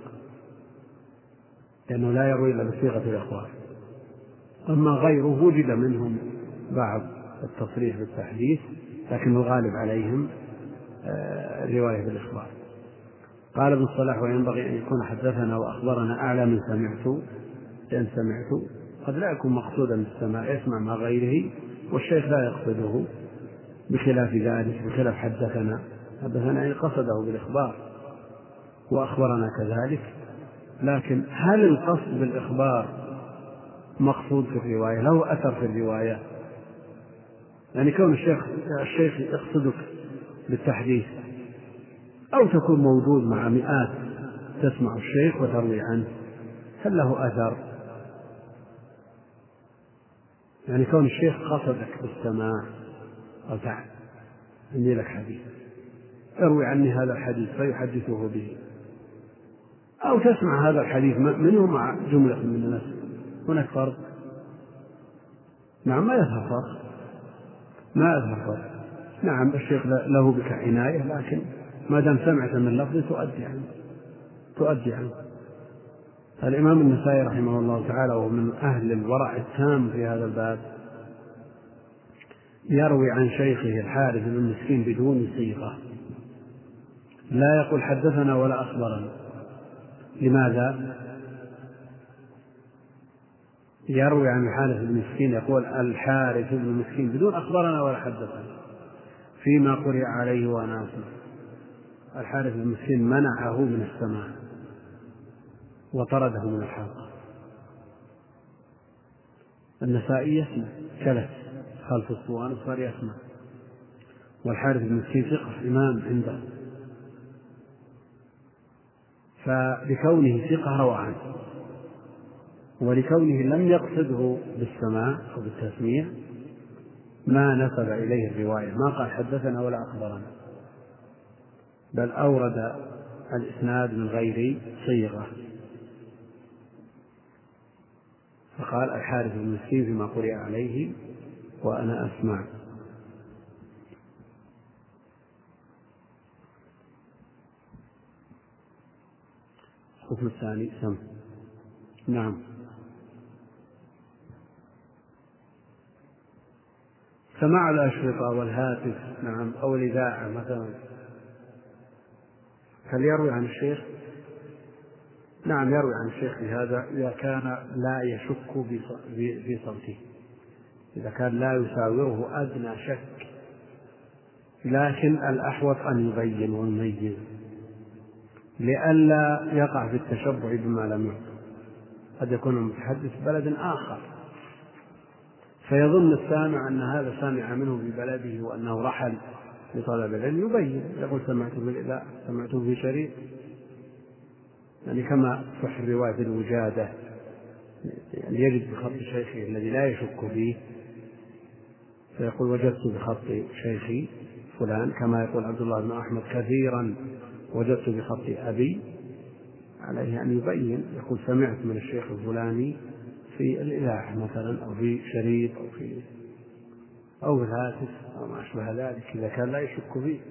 لأنه لا يروي إلا بصيغة الإخبار. أما غيره وجد منهم بعض التصريح بالتحديث، لكن الغالب عليهم الرواية بالإخبار. قال ابن الصلاح: وينبغي أن يكون حدثنا وأخبرنا أعلى من سمعت، لأن سمعت قد لا يكون مقصودا بالسماع، يسمع مع غيره والشيخ لا يقصده، بخلاف ذلك بخلاف حدثنا. حدثنا يعني قصده بالإخبار، وأخبرنا كذلك. لكن هل القصد بالإخبار مقصود في الرواية، له أثر في الرواية؟ يعني كون الشيخ الشيخ يقصدك بالتحديث، أو تكون موجود مع مئات تسمع الشيخ وتروي عنه، هل له أثر؟ يعني كون الشيخ قصدك بالسماع، أو تعال عندي لك حديث اروي عني هذا الحديث فيحدثه به، أو تسمع هذا الحديث منه مع جملة من الناس، هناك فرق؟ نعم، ما يظهر فرق، ما يظهر فرق. نعم الشيخ له بك عناية، لكن ما دام سمعت من لفظ تؤدي عنه تؤدي عنه. الإمام النسائي رحمه الله تعالى ومن أهل الورع التام في هذا الباب يروي عن شيخه الحارث بن مسكين بدون صيغة، لا يقول حدثنا ولا أخبرنا. لماذا؟ يروي عن الحارث بن مسكين يقول الحارث بن مسكين بدون أخبرنا ولا حدثنا، فيما قرئ عليه وأنا أسمع. الحارث بن مسكين منعه من السماع وطرده من الحلقة. النسائي يسمع كلف خلف الصوان صار يسمع. والحارث بن مسكين ثقة إمام عنده، فبكونه ثقة روى عنه، ولكونه لم يقصده بالسماع أو بالتسميع ما نسب إليه الرواية، ما قال حدثنا ولا أخبرنا، بل أورد الإسناد من غير صيغة، فقال الحارث بن مسكين فيما قرئ عليه وأنا أسمع. الحكم الثاني سم. نعم. سماع الأشرطة والهاتف، نعم، أو الإذاعة مثلا. هل يروي عن الشيخ؟ نعم يروي عن الشيخ بهذا إذا كان لا يشك في صوته، إذا كان لا يساوره أدنى شك، لكن الأحوط أن يبين ويميز لئلا يقع في التشبع بما لم يحصل. قد يكون المتحدث في بلد آخر فيظن السامع أن هذا سامع منه في بلده وأنه رحل لطلب العلم، يبين يقول سمعته بالإذاعة، سمعته في شريط، يعني كما صح رواية الوجادة، يعني يجد بخط شيخه الذي لا يشك فيه فيقول وجدت بخط شيخي فلان، كما يقول عبد الله بن أحمد كثيرا وجدت بخط أبي، عليه أن يبين يقول سمعت من الشيخ الفلاني في الإذاعة مثلا أو في شريط أو في أو في الهاتف أو ما أشبه ذلك، إذا كان لا يشك فيه،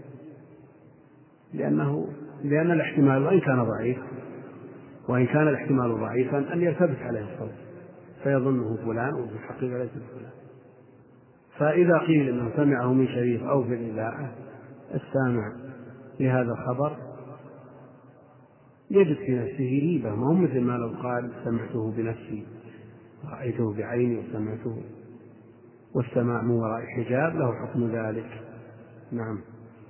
لأنه لأن الاحتمال وإن كان ضعيف وإن كان الاحتمال ضعيفا أن يرتبط عليه الصوت فيظنه فلان وفي الحقيقة ليس فلان. فإذا قيل أنه سمعه من شريط أو في الإذاعة، السامع لهذا الخبر يجد في نفسه ريبة، ما هو مثل ما لو قال سمعته بنفسي، رأيته بعيني وسمعته، والسماع من وراء حجاب له حكم ذلك. نعم.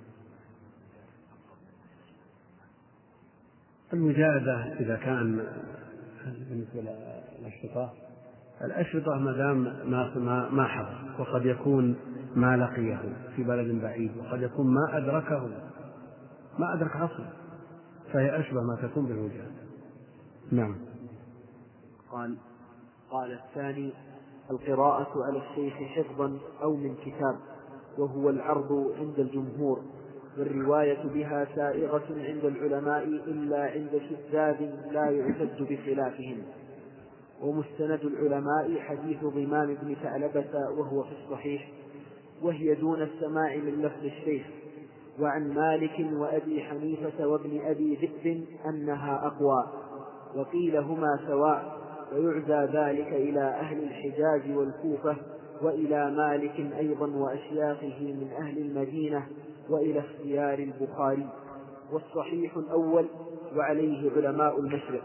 الوجادة إذا كان بالنسبة للأشرطة، الأشرطة ما دام ما ما حضر، وقد يكون ما لقيه في بلد بعيد، وقد يكون ما أدركه ما أدرك أصلا، فهي أشبه ما تكون بالوجادة. نعم. قال قال الثاني القراءة على الشيخ حفظا أو من كتاب، وهو العرض عند الجمهور، والرواية بها سائغة عند العلماء إلا عند شذاذ لا يعتد بخلافهم. ومستند العلماء حديث ضمام بن ثعلبة وهو في الصحيح، وهي دون السماع من لفظ الشيخ. وعن مالك وأبي حنيفة وابن أبي ذئب أنها أقوى، وقيل هما سواء، ويعزى ذلك إلى أهل الحجاز والكوفة، وإلى مالك أيضا وأشياخه من أهل المدينة، وإلى اختيار البخاري. والصحيح الأول، وعليه علماء المشرق.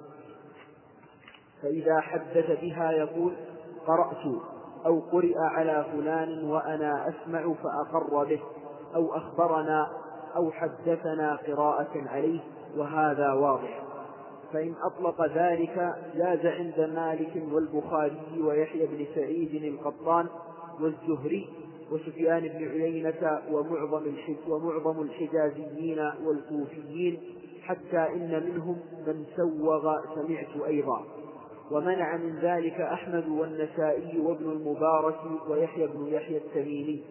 فإذا حدث بها يقول قرأت أو قرئ على فلان وأنا أسمع فأقر به، أو أخبرنا أو حدثنا قراءة عليه، وهذا واضح. فإن أطلق ذلك جاز عند مالك والبخاري ويحيى بن سعيد القطان والزهري وسفيان بن عيينة ومعظم ومعظم الحجازيين والكوفيين، حتى إن منهم من سوغ سمعت أيضا. ومنع من ذلك أحمد والنسائي وابن المبارك ويحيى بن يحيى التميمي.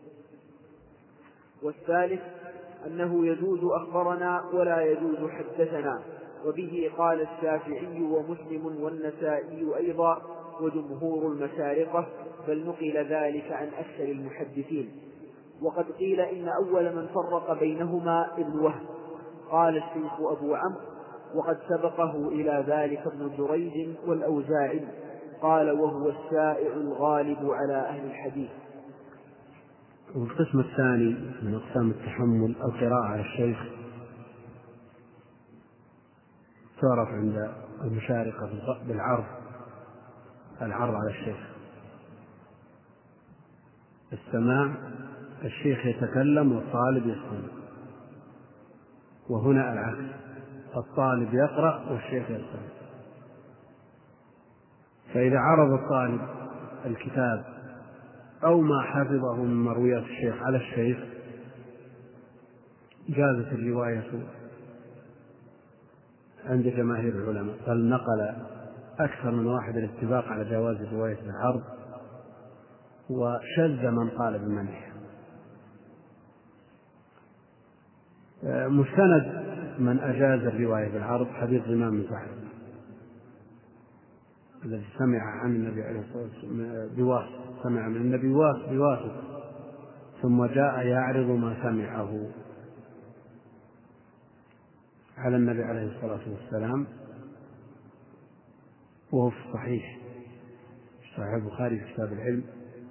والثالث أنه يجوز أخبرنا ولا يجوز حدثنا، وبه قال الشافعي ومسلم والنسائي أيضا وجمهور المشارقة، بل نقل ذلك عن أكثر المحدثين. وقد قيل إن أول من فرق بينهما ابن وهب، قال الشيخ أبو عمرو، وقد سبقه إلى ذلك ابن جريج والأوزاعي، قال وهو الشائع الغالب على أهل الحديث. والقسم الثاني من أقسام التحمل القراءة على الشيخ تعرف عند المشارقة بالعرض، العرض على الشيخ، السماع، الشيخ يتكلم والطالب يستمع، وهنا العكس، الطالب يقرأ والشيخ يستمع. فإذا عرض الطالب الكتاب أو ما حفظه من مرويات الشيخ على الشيخ جازت الرواية عند جماهير العلماء، بل نقل أكثر من واحد الاتفاق على جواز الرواية بالعرض، وشذ من قال بمنعها. مستند من أجاز الرواية بالعرض حديث الإمام بن سعد الذي سمع عن النبي عليه الصلاة والسلام بواسطة، سمع من النبي بواسطة ثم جاء يعرض ما سمعه على النبي عليه الصلاة والسلام، وهو في الصحيح صحيح البخاري في كتاب العلم،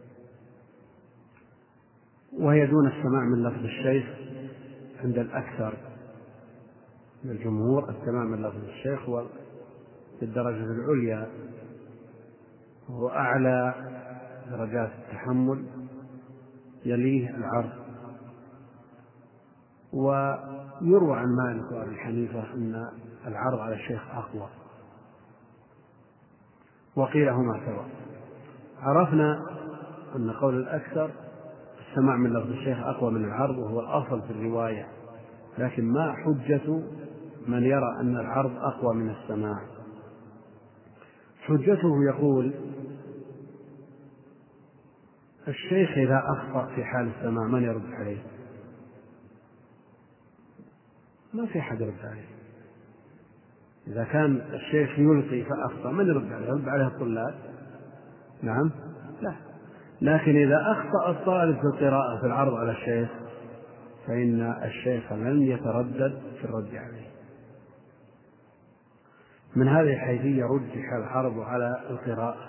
وهي دون السماع من لفظ الشيخ عند الأكثر من الجمهور. السماع من لفظ الشيخ هو في الدرجة العليا، وهو أعلى درجات التحمل، يليه العرض. ويروى عن مالك وأبي حنيفة أن العرض على الشيخ أقوى، وقيل هما سواء. عرفنا أن قول الأكثر السماع من لفظ الشيخ أقوى من العرض، وهو الأصل في الرواية، لكن ما حجة من يرى أن العرض أقوى من السماع؟ حجته يقول الشيخ إذا أخطأ في حال السماع من يرد عليه؟ ما في أحد يرد عليه. إذا كان الشيخ يلقي فأخطأ من يرد عليه؟ يرد عليه الطلاب؟ نعم، لا. لكن إذا أخطأ الطالب في القراءة في العرض على الشيخ فإن الشيخ لن يتردد في الرد عليه. من هذه الحيثية رجح العرض على القراءة،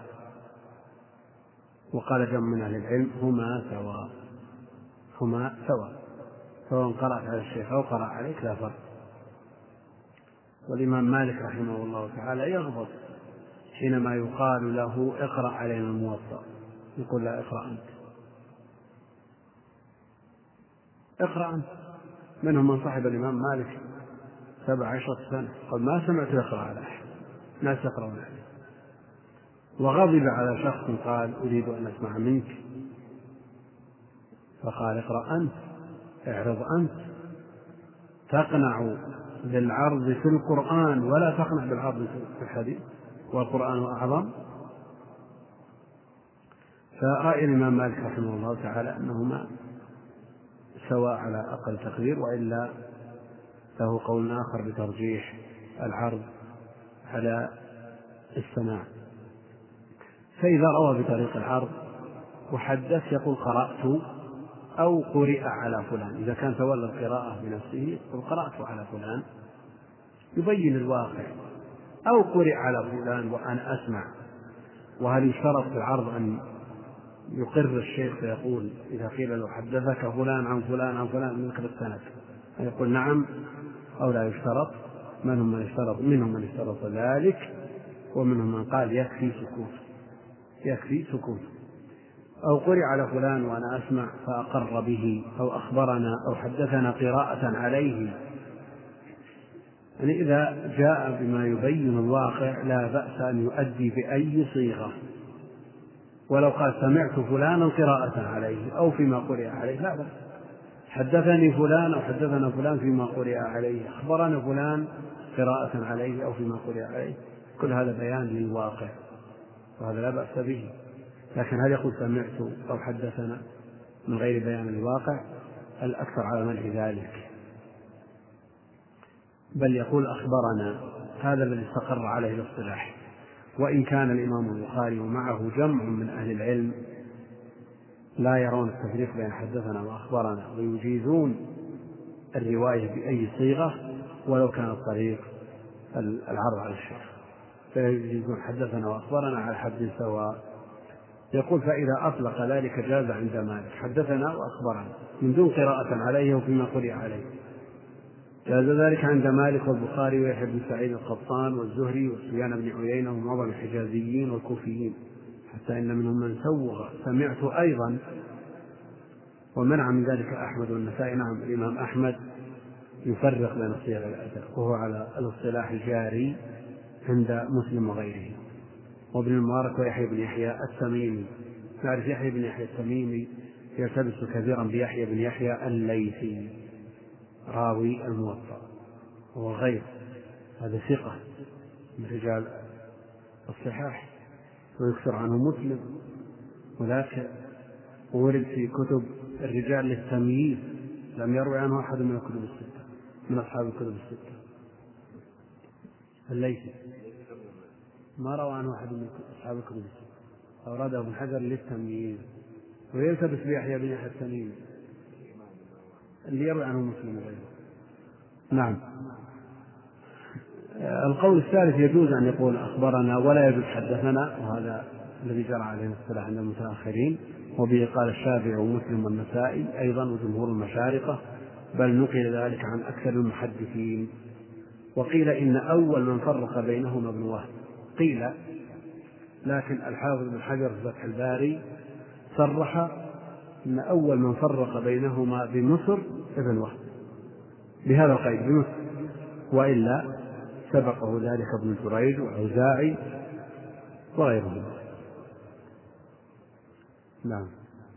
وقال جمع من أهل العلم هما سواء، هما سواء، سواء قرأت على الشيخ أو قرأ عليك لا فرق. والإمام مالك رحمه الله تعالى يغضب حينما يقال له اقرأ علينا الموطأ، يقول لا اقرأ أنت، اقرأ أنت. منهم من صاحب الإمام مالك سبع عشرة سنة قال ما سمعت يقرأ على أحد، ناس يقرأون عليه. وغضب على شخص قال أريد أن أسمع منك، فقال اقرأ أنت، اعرض أنت، تقنع بالعرض في القرآن ولا تقنع بالعرض في الحديث، والقرآن أعظم. فرأي الإمام مالك رحمه الله تعالى أنهما سواء على أقل تقدير، وإلا له قول آخر بترجيح العرض على السماع. فإذا روى بطريق العرض وحدث يقول قرأت أو قرئ على فلان، إذا كان تولى القراءة بنفسه يقول قرأت على فلان يبين الواقع، أو قرئ على فلان وأنا أسمع. وهل يشترط في العرض أن يقر الشيخ فيقول إذا قيل له حدثك فلان عن فلان عن فلان من ذكر السند يقول نعم أو لا يشترط؟ منهم من اشترط منهم من اشترط ذلك، ومنهم من قال يكفي سكوت، يكفي سكوت. أو قرئ على فلان وأنا أسمع فأقر به، أو أخبرنا أو حدثنا قراءة عليه. يعني إذا جاء بما يبين الواقع لا بأس أن يؤدي بأي صيغة، ولو قال سمعت فلانا قراءة عليه أو فيما قرئ عليه لا بأس، حدثني فلان أو حدثنا فلان فيما قرئ عليه، أخبرنا فلان قراءة عليه أو فيما قرئ عليه، كل هذا بيان للواقع وهذا لا بأس به. لكن هل يقول سمعت أو حدثنا من غير بيان الواقع؟ الأكثر على منع ذلك، بل يقول أخبرنا، هذا الذي استقر عليه الاصطلاح. وإن كان الإمام البخاري ومعه جمع من أهل العلم لا يرون التفريق بين حدثنا وأخبرنا، ويجيزون الرواية بأي صيغة ولو كان الطريق العرض على الشيخ، فيجيزون حدثنا وأخبرنا على حد سواء. يقول فإذا أطلق ذلك جاز عند مالك حدثنا وأخبرنا من دون قراءة عليه وفيما قرئ عليه، جاز ذلك عند مالك والبخاري ويحيى بن سعيد القطان والزهري وسفيان بن عيينة ومعظم الحجازيين والكوفيين، حتى إن منهم من سوغ سمعت أيضا، ومنع من ذلك أحمد والنسائي. نعم الإمام أحمد يفرق بين صيغ الأداء وهو على الاصطلاح الجاري عند مسلم وغيره. وابن المبارك ويحيى بن يحيى التميمي نعرف يحيى بن يحيى التميمي يلتبس كثيرا بيحيى بن يحيى الليثي راوي الموطأ، هو غير هذا ثقة من رجال الصحاح ويكثر عنه مسلم، ولكن ورد في كتب الرجال للتمييز لم يروي عنه أحد من الكتب الستة من أصحاب الكتب الستة. الليثي ما روى عنه أحد من أصحاب الكتب الستة، أورده ابن حجر للتمييز. ويلتبس بيحيى بن يحيى التميمي اللي يروي عنه مسلم وغيره. نعم. القول الثالث يجوز أن يقول أخبرنا ولا يجوز حدثنا، وهذا الذي جرى عليه الاصطلاح عند المتأخرين، وبه قال الشافعي ومسلم والنسائي أيضا وجمهور المشارقة، بل نقل ذلك عن أكثر المحدثين. وقيل إن أول من فرق بينهما ابن وهب، قيل، لكن الحافظ بن حجر في فتح الباري صرح أن أول من فرق بينهما بمصر ابن وهب بهذا القيد بمصر، وإلا سبقه ذلك ابن جريج والأوزاعي وغيرهم. نعم.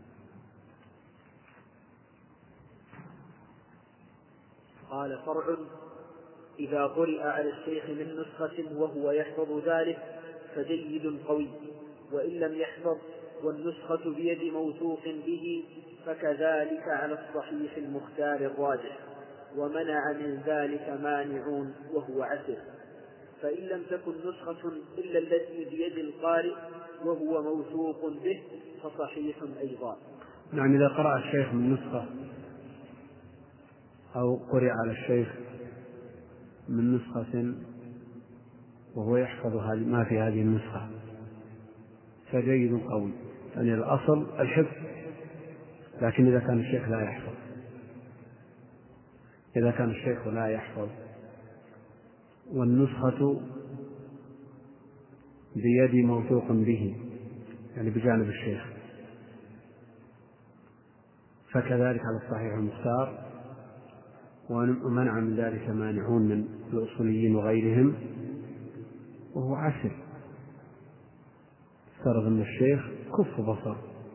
قال: فرع: إذا قرئ على الشيخ من نسخة وهو يحفظ ذلك فجيد قوي، وإن لم يحفظ والنسخة بيد موثوق به فكذلك على الصحيح المختار الراجح، ومنع من ذلك مانعون وهو عسر. فإن لم تكن نسخة إلا التي بيد القارئ وهو موثوق به فصحيح أيضا. يعني إذا قرأ الشيخ من نسخة أو قرئ على الشيخ من نسخة وهو يحفظ ما في هذه النسخة فجيد قوي، يعني الأصل الحفظ، لكن إذا كان الشيخ لا يحفظ إذا كان الشيخ لا يحفظ والنسخة بيد موثوق به، يعني بجانب الشيخ، فكذلك على الصحيح المختار، ومنع من ذلك مانعون من الأصوليين وغيرهم، وهو عسر. افترض أن الشيخ كف بصر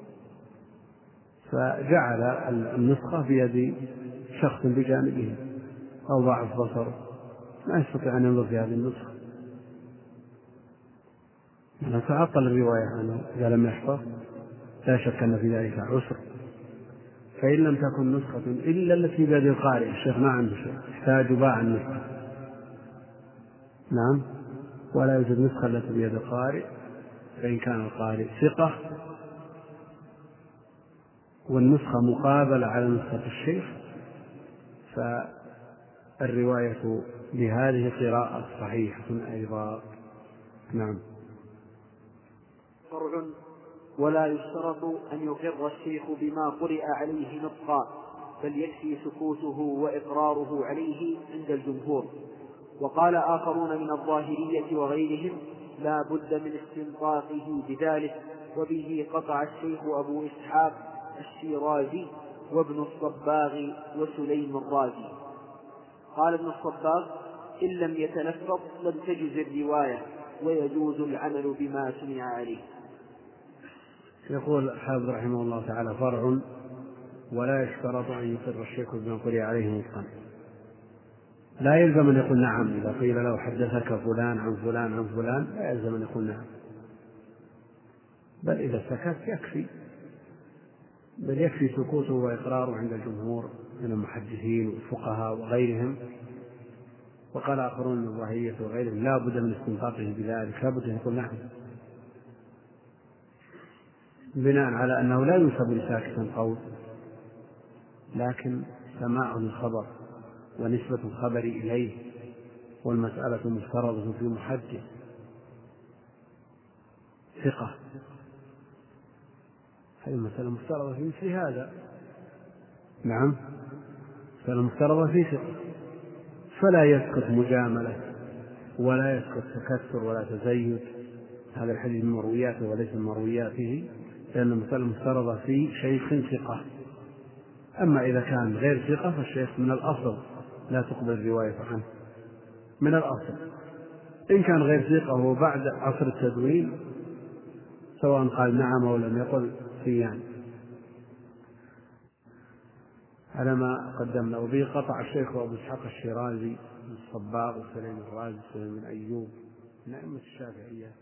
فجعل النسخة بيد شخص بجانبه أو ضعف بصر ما يستطيع أن ينظر في هذه النسخة، تعطل الرواية عنه إذا لم يحفظ، لا شك أن في ذلك عسر. فإن لم تكن نسخة إلا التي بيد القارئ، الشيخ ما عنده شيء، يحتاج باع النسخة، نعم، ولا يوجد نسخة التي بيد القارئ، فإن كان القارئ ثقة والنسخة مقابلة على نسخة الشيخ فالرواية بهذه قراءة صحيحة أيضا. نعم. فرع: ولا يشترط أن يقر الشيخ بما قرئ عليه نطقا، بل يكفي سكوته وإقراره عليه عند الجمهور. وقال آخرون من الظاهرية وغيرهم: لا بد من استنطاقه بذلك، وبه قطع الشيخ أبو إسحاق الشيرازي وابن الصباغ وسليم الرازي. قال ابن الصباغ: إن لم يتلفظ لم تجز الرواية، ويجوز العمل بما سمع عليه. يقول الحافظ رحمه الله تعالى: فرع: ولا يشترط أن يقر الشيخ بما قرئ عليه نطقا. لا يلزم أن يقول نعم إذا قيل له حدثك فلان عن فلان عن فلان، لا يلزم أن يقول نعم، بل إذا سكت يكفي، بل يكفي سكوته وإقراره عند الجمهور من المحدثين والفقهاء وغيرهم. وقال آخرون من الظاهرية وغيرهم: لا بد من استنطاقه بذلك، لا بد أن يقول نعم، بناء على أنه لا ينسب لساكت قول، لكن سماع الخبر ونسبة الخبر إليه، والمسألة مفترضة في محدث ثقة، هذه المسألة مفترضة في مثل هذا. نعم، مسألة مفترضة في ثقة، فلا يسكت مجاملة ولا يسكت تكثر ولا تزيد. هذا الحديث من مروياته وليس من مروياته، لأن المسألة مفترضة في شيخ ثقة. أما إذا كان غير ثقة فالشيخ من الأصل لا تقبل الرواية عنه من الأصل. إن كان غير ثقة وبعد عصر التدوين سواء قال نعم أو لم يقل يكفيان على ما قدمنا. وبه قطع الشيخ أبو إسحاق الشيرازي الصباغ وسليم الرازي وسليم بن أيوب من أئمة الشافعية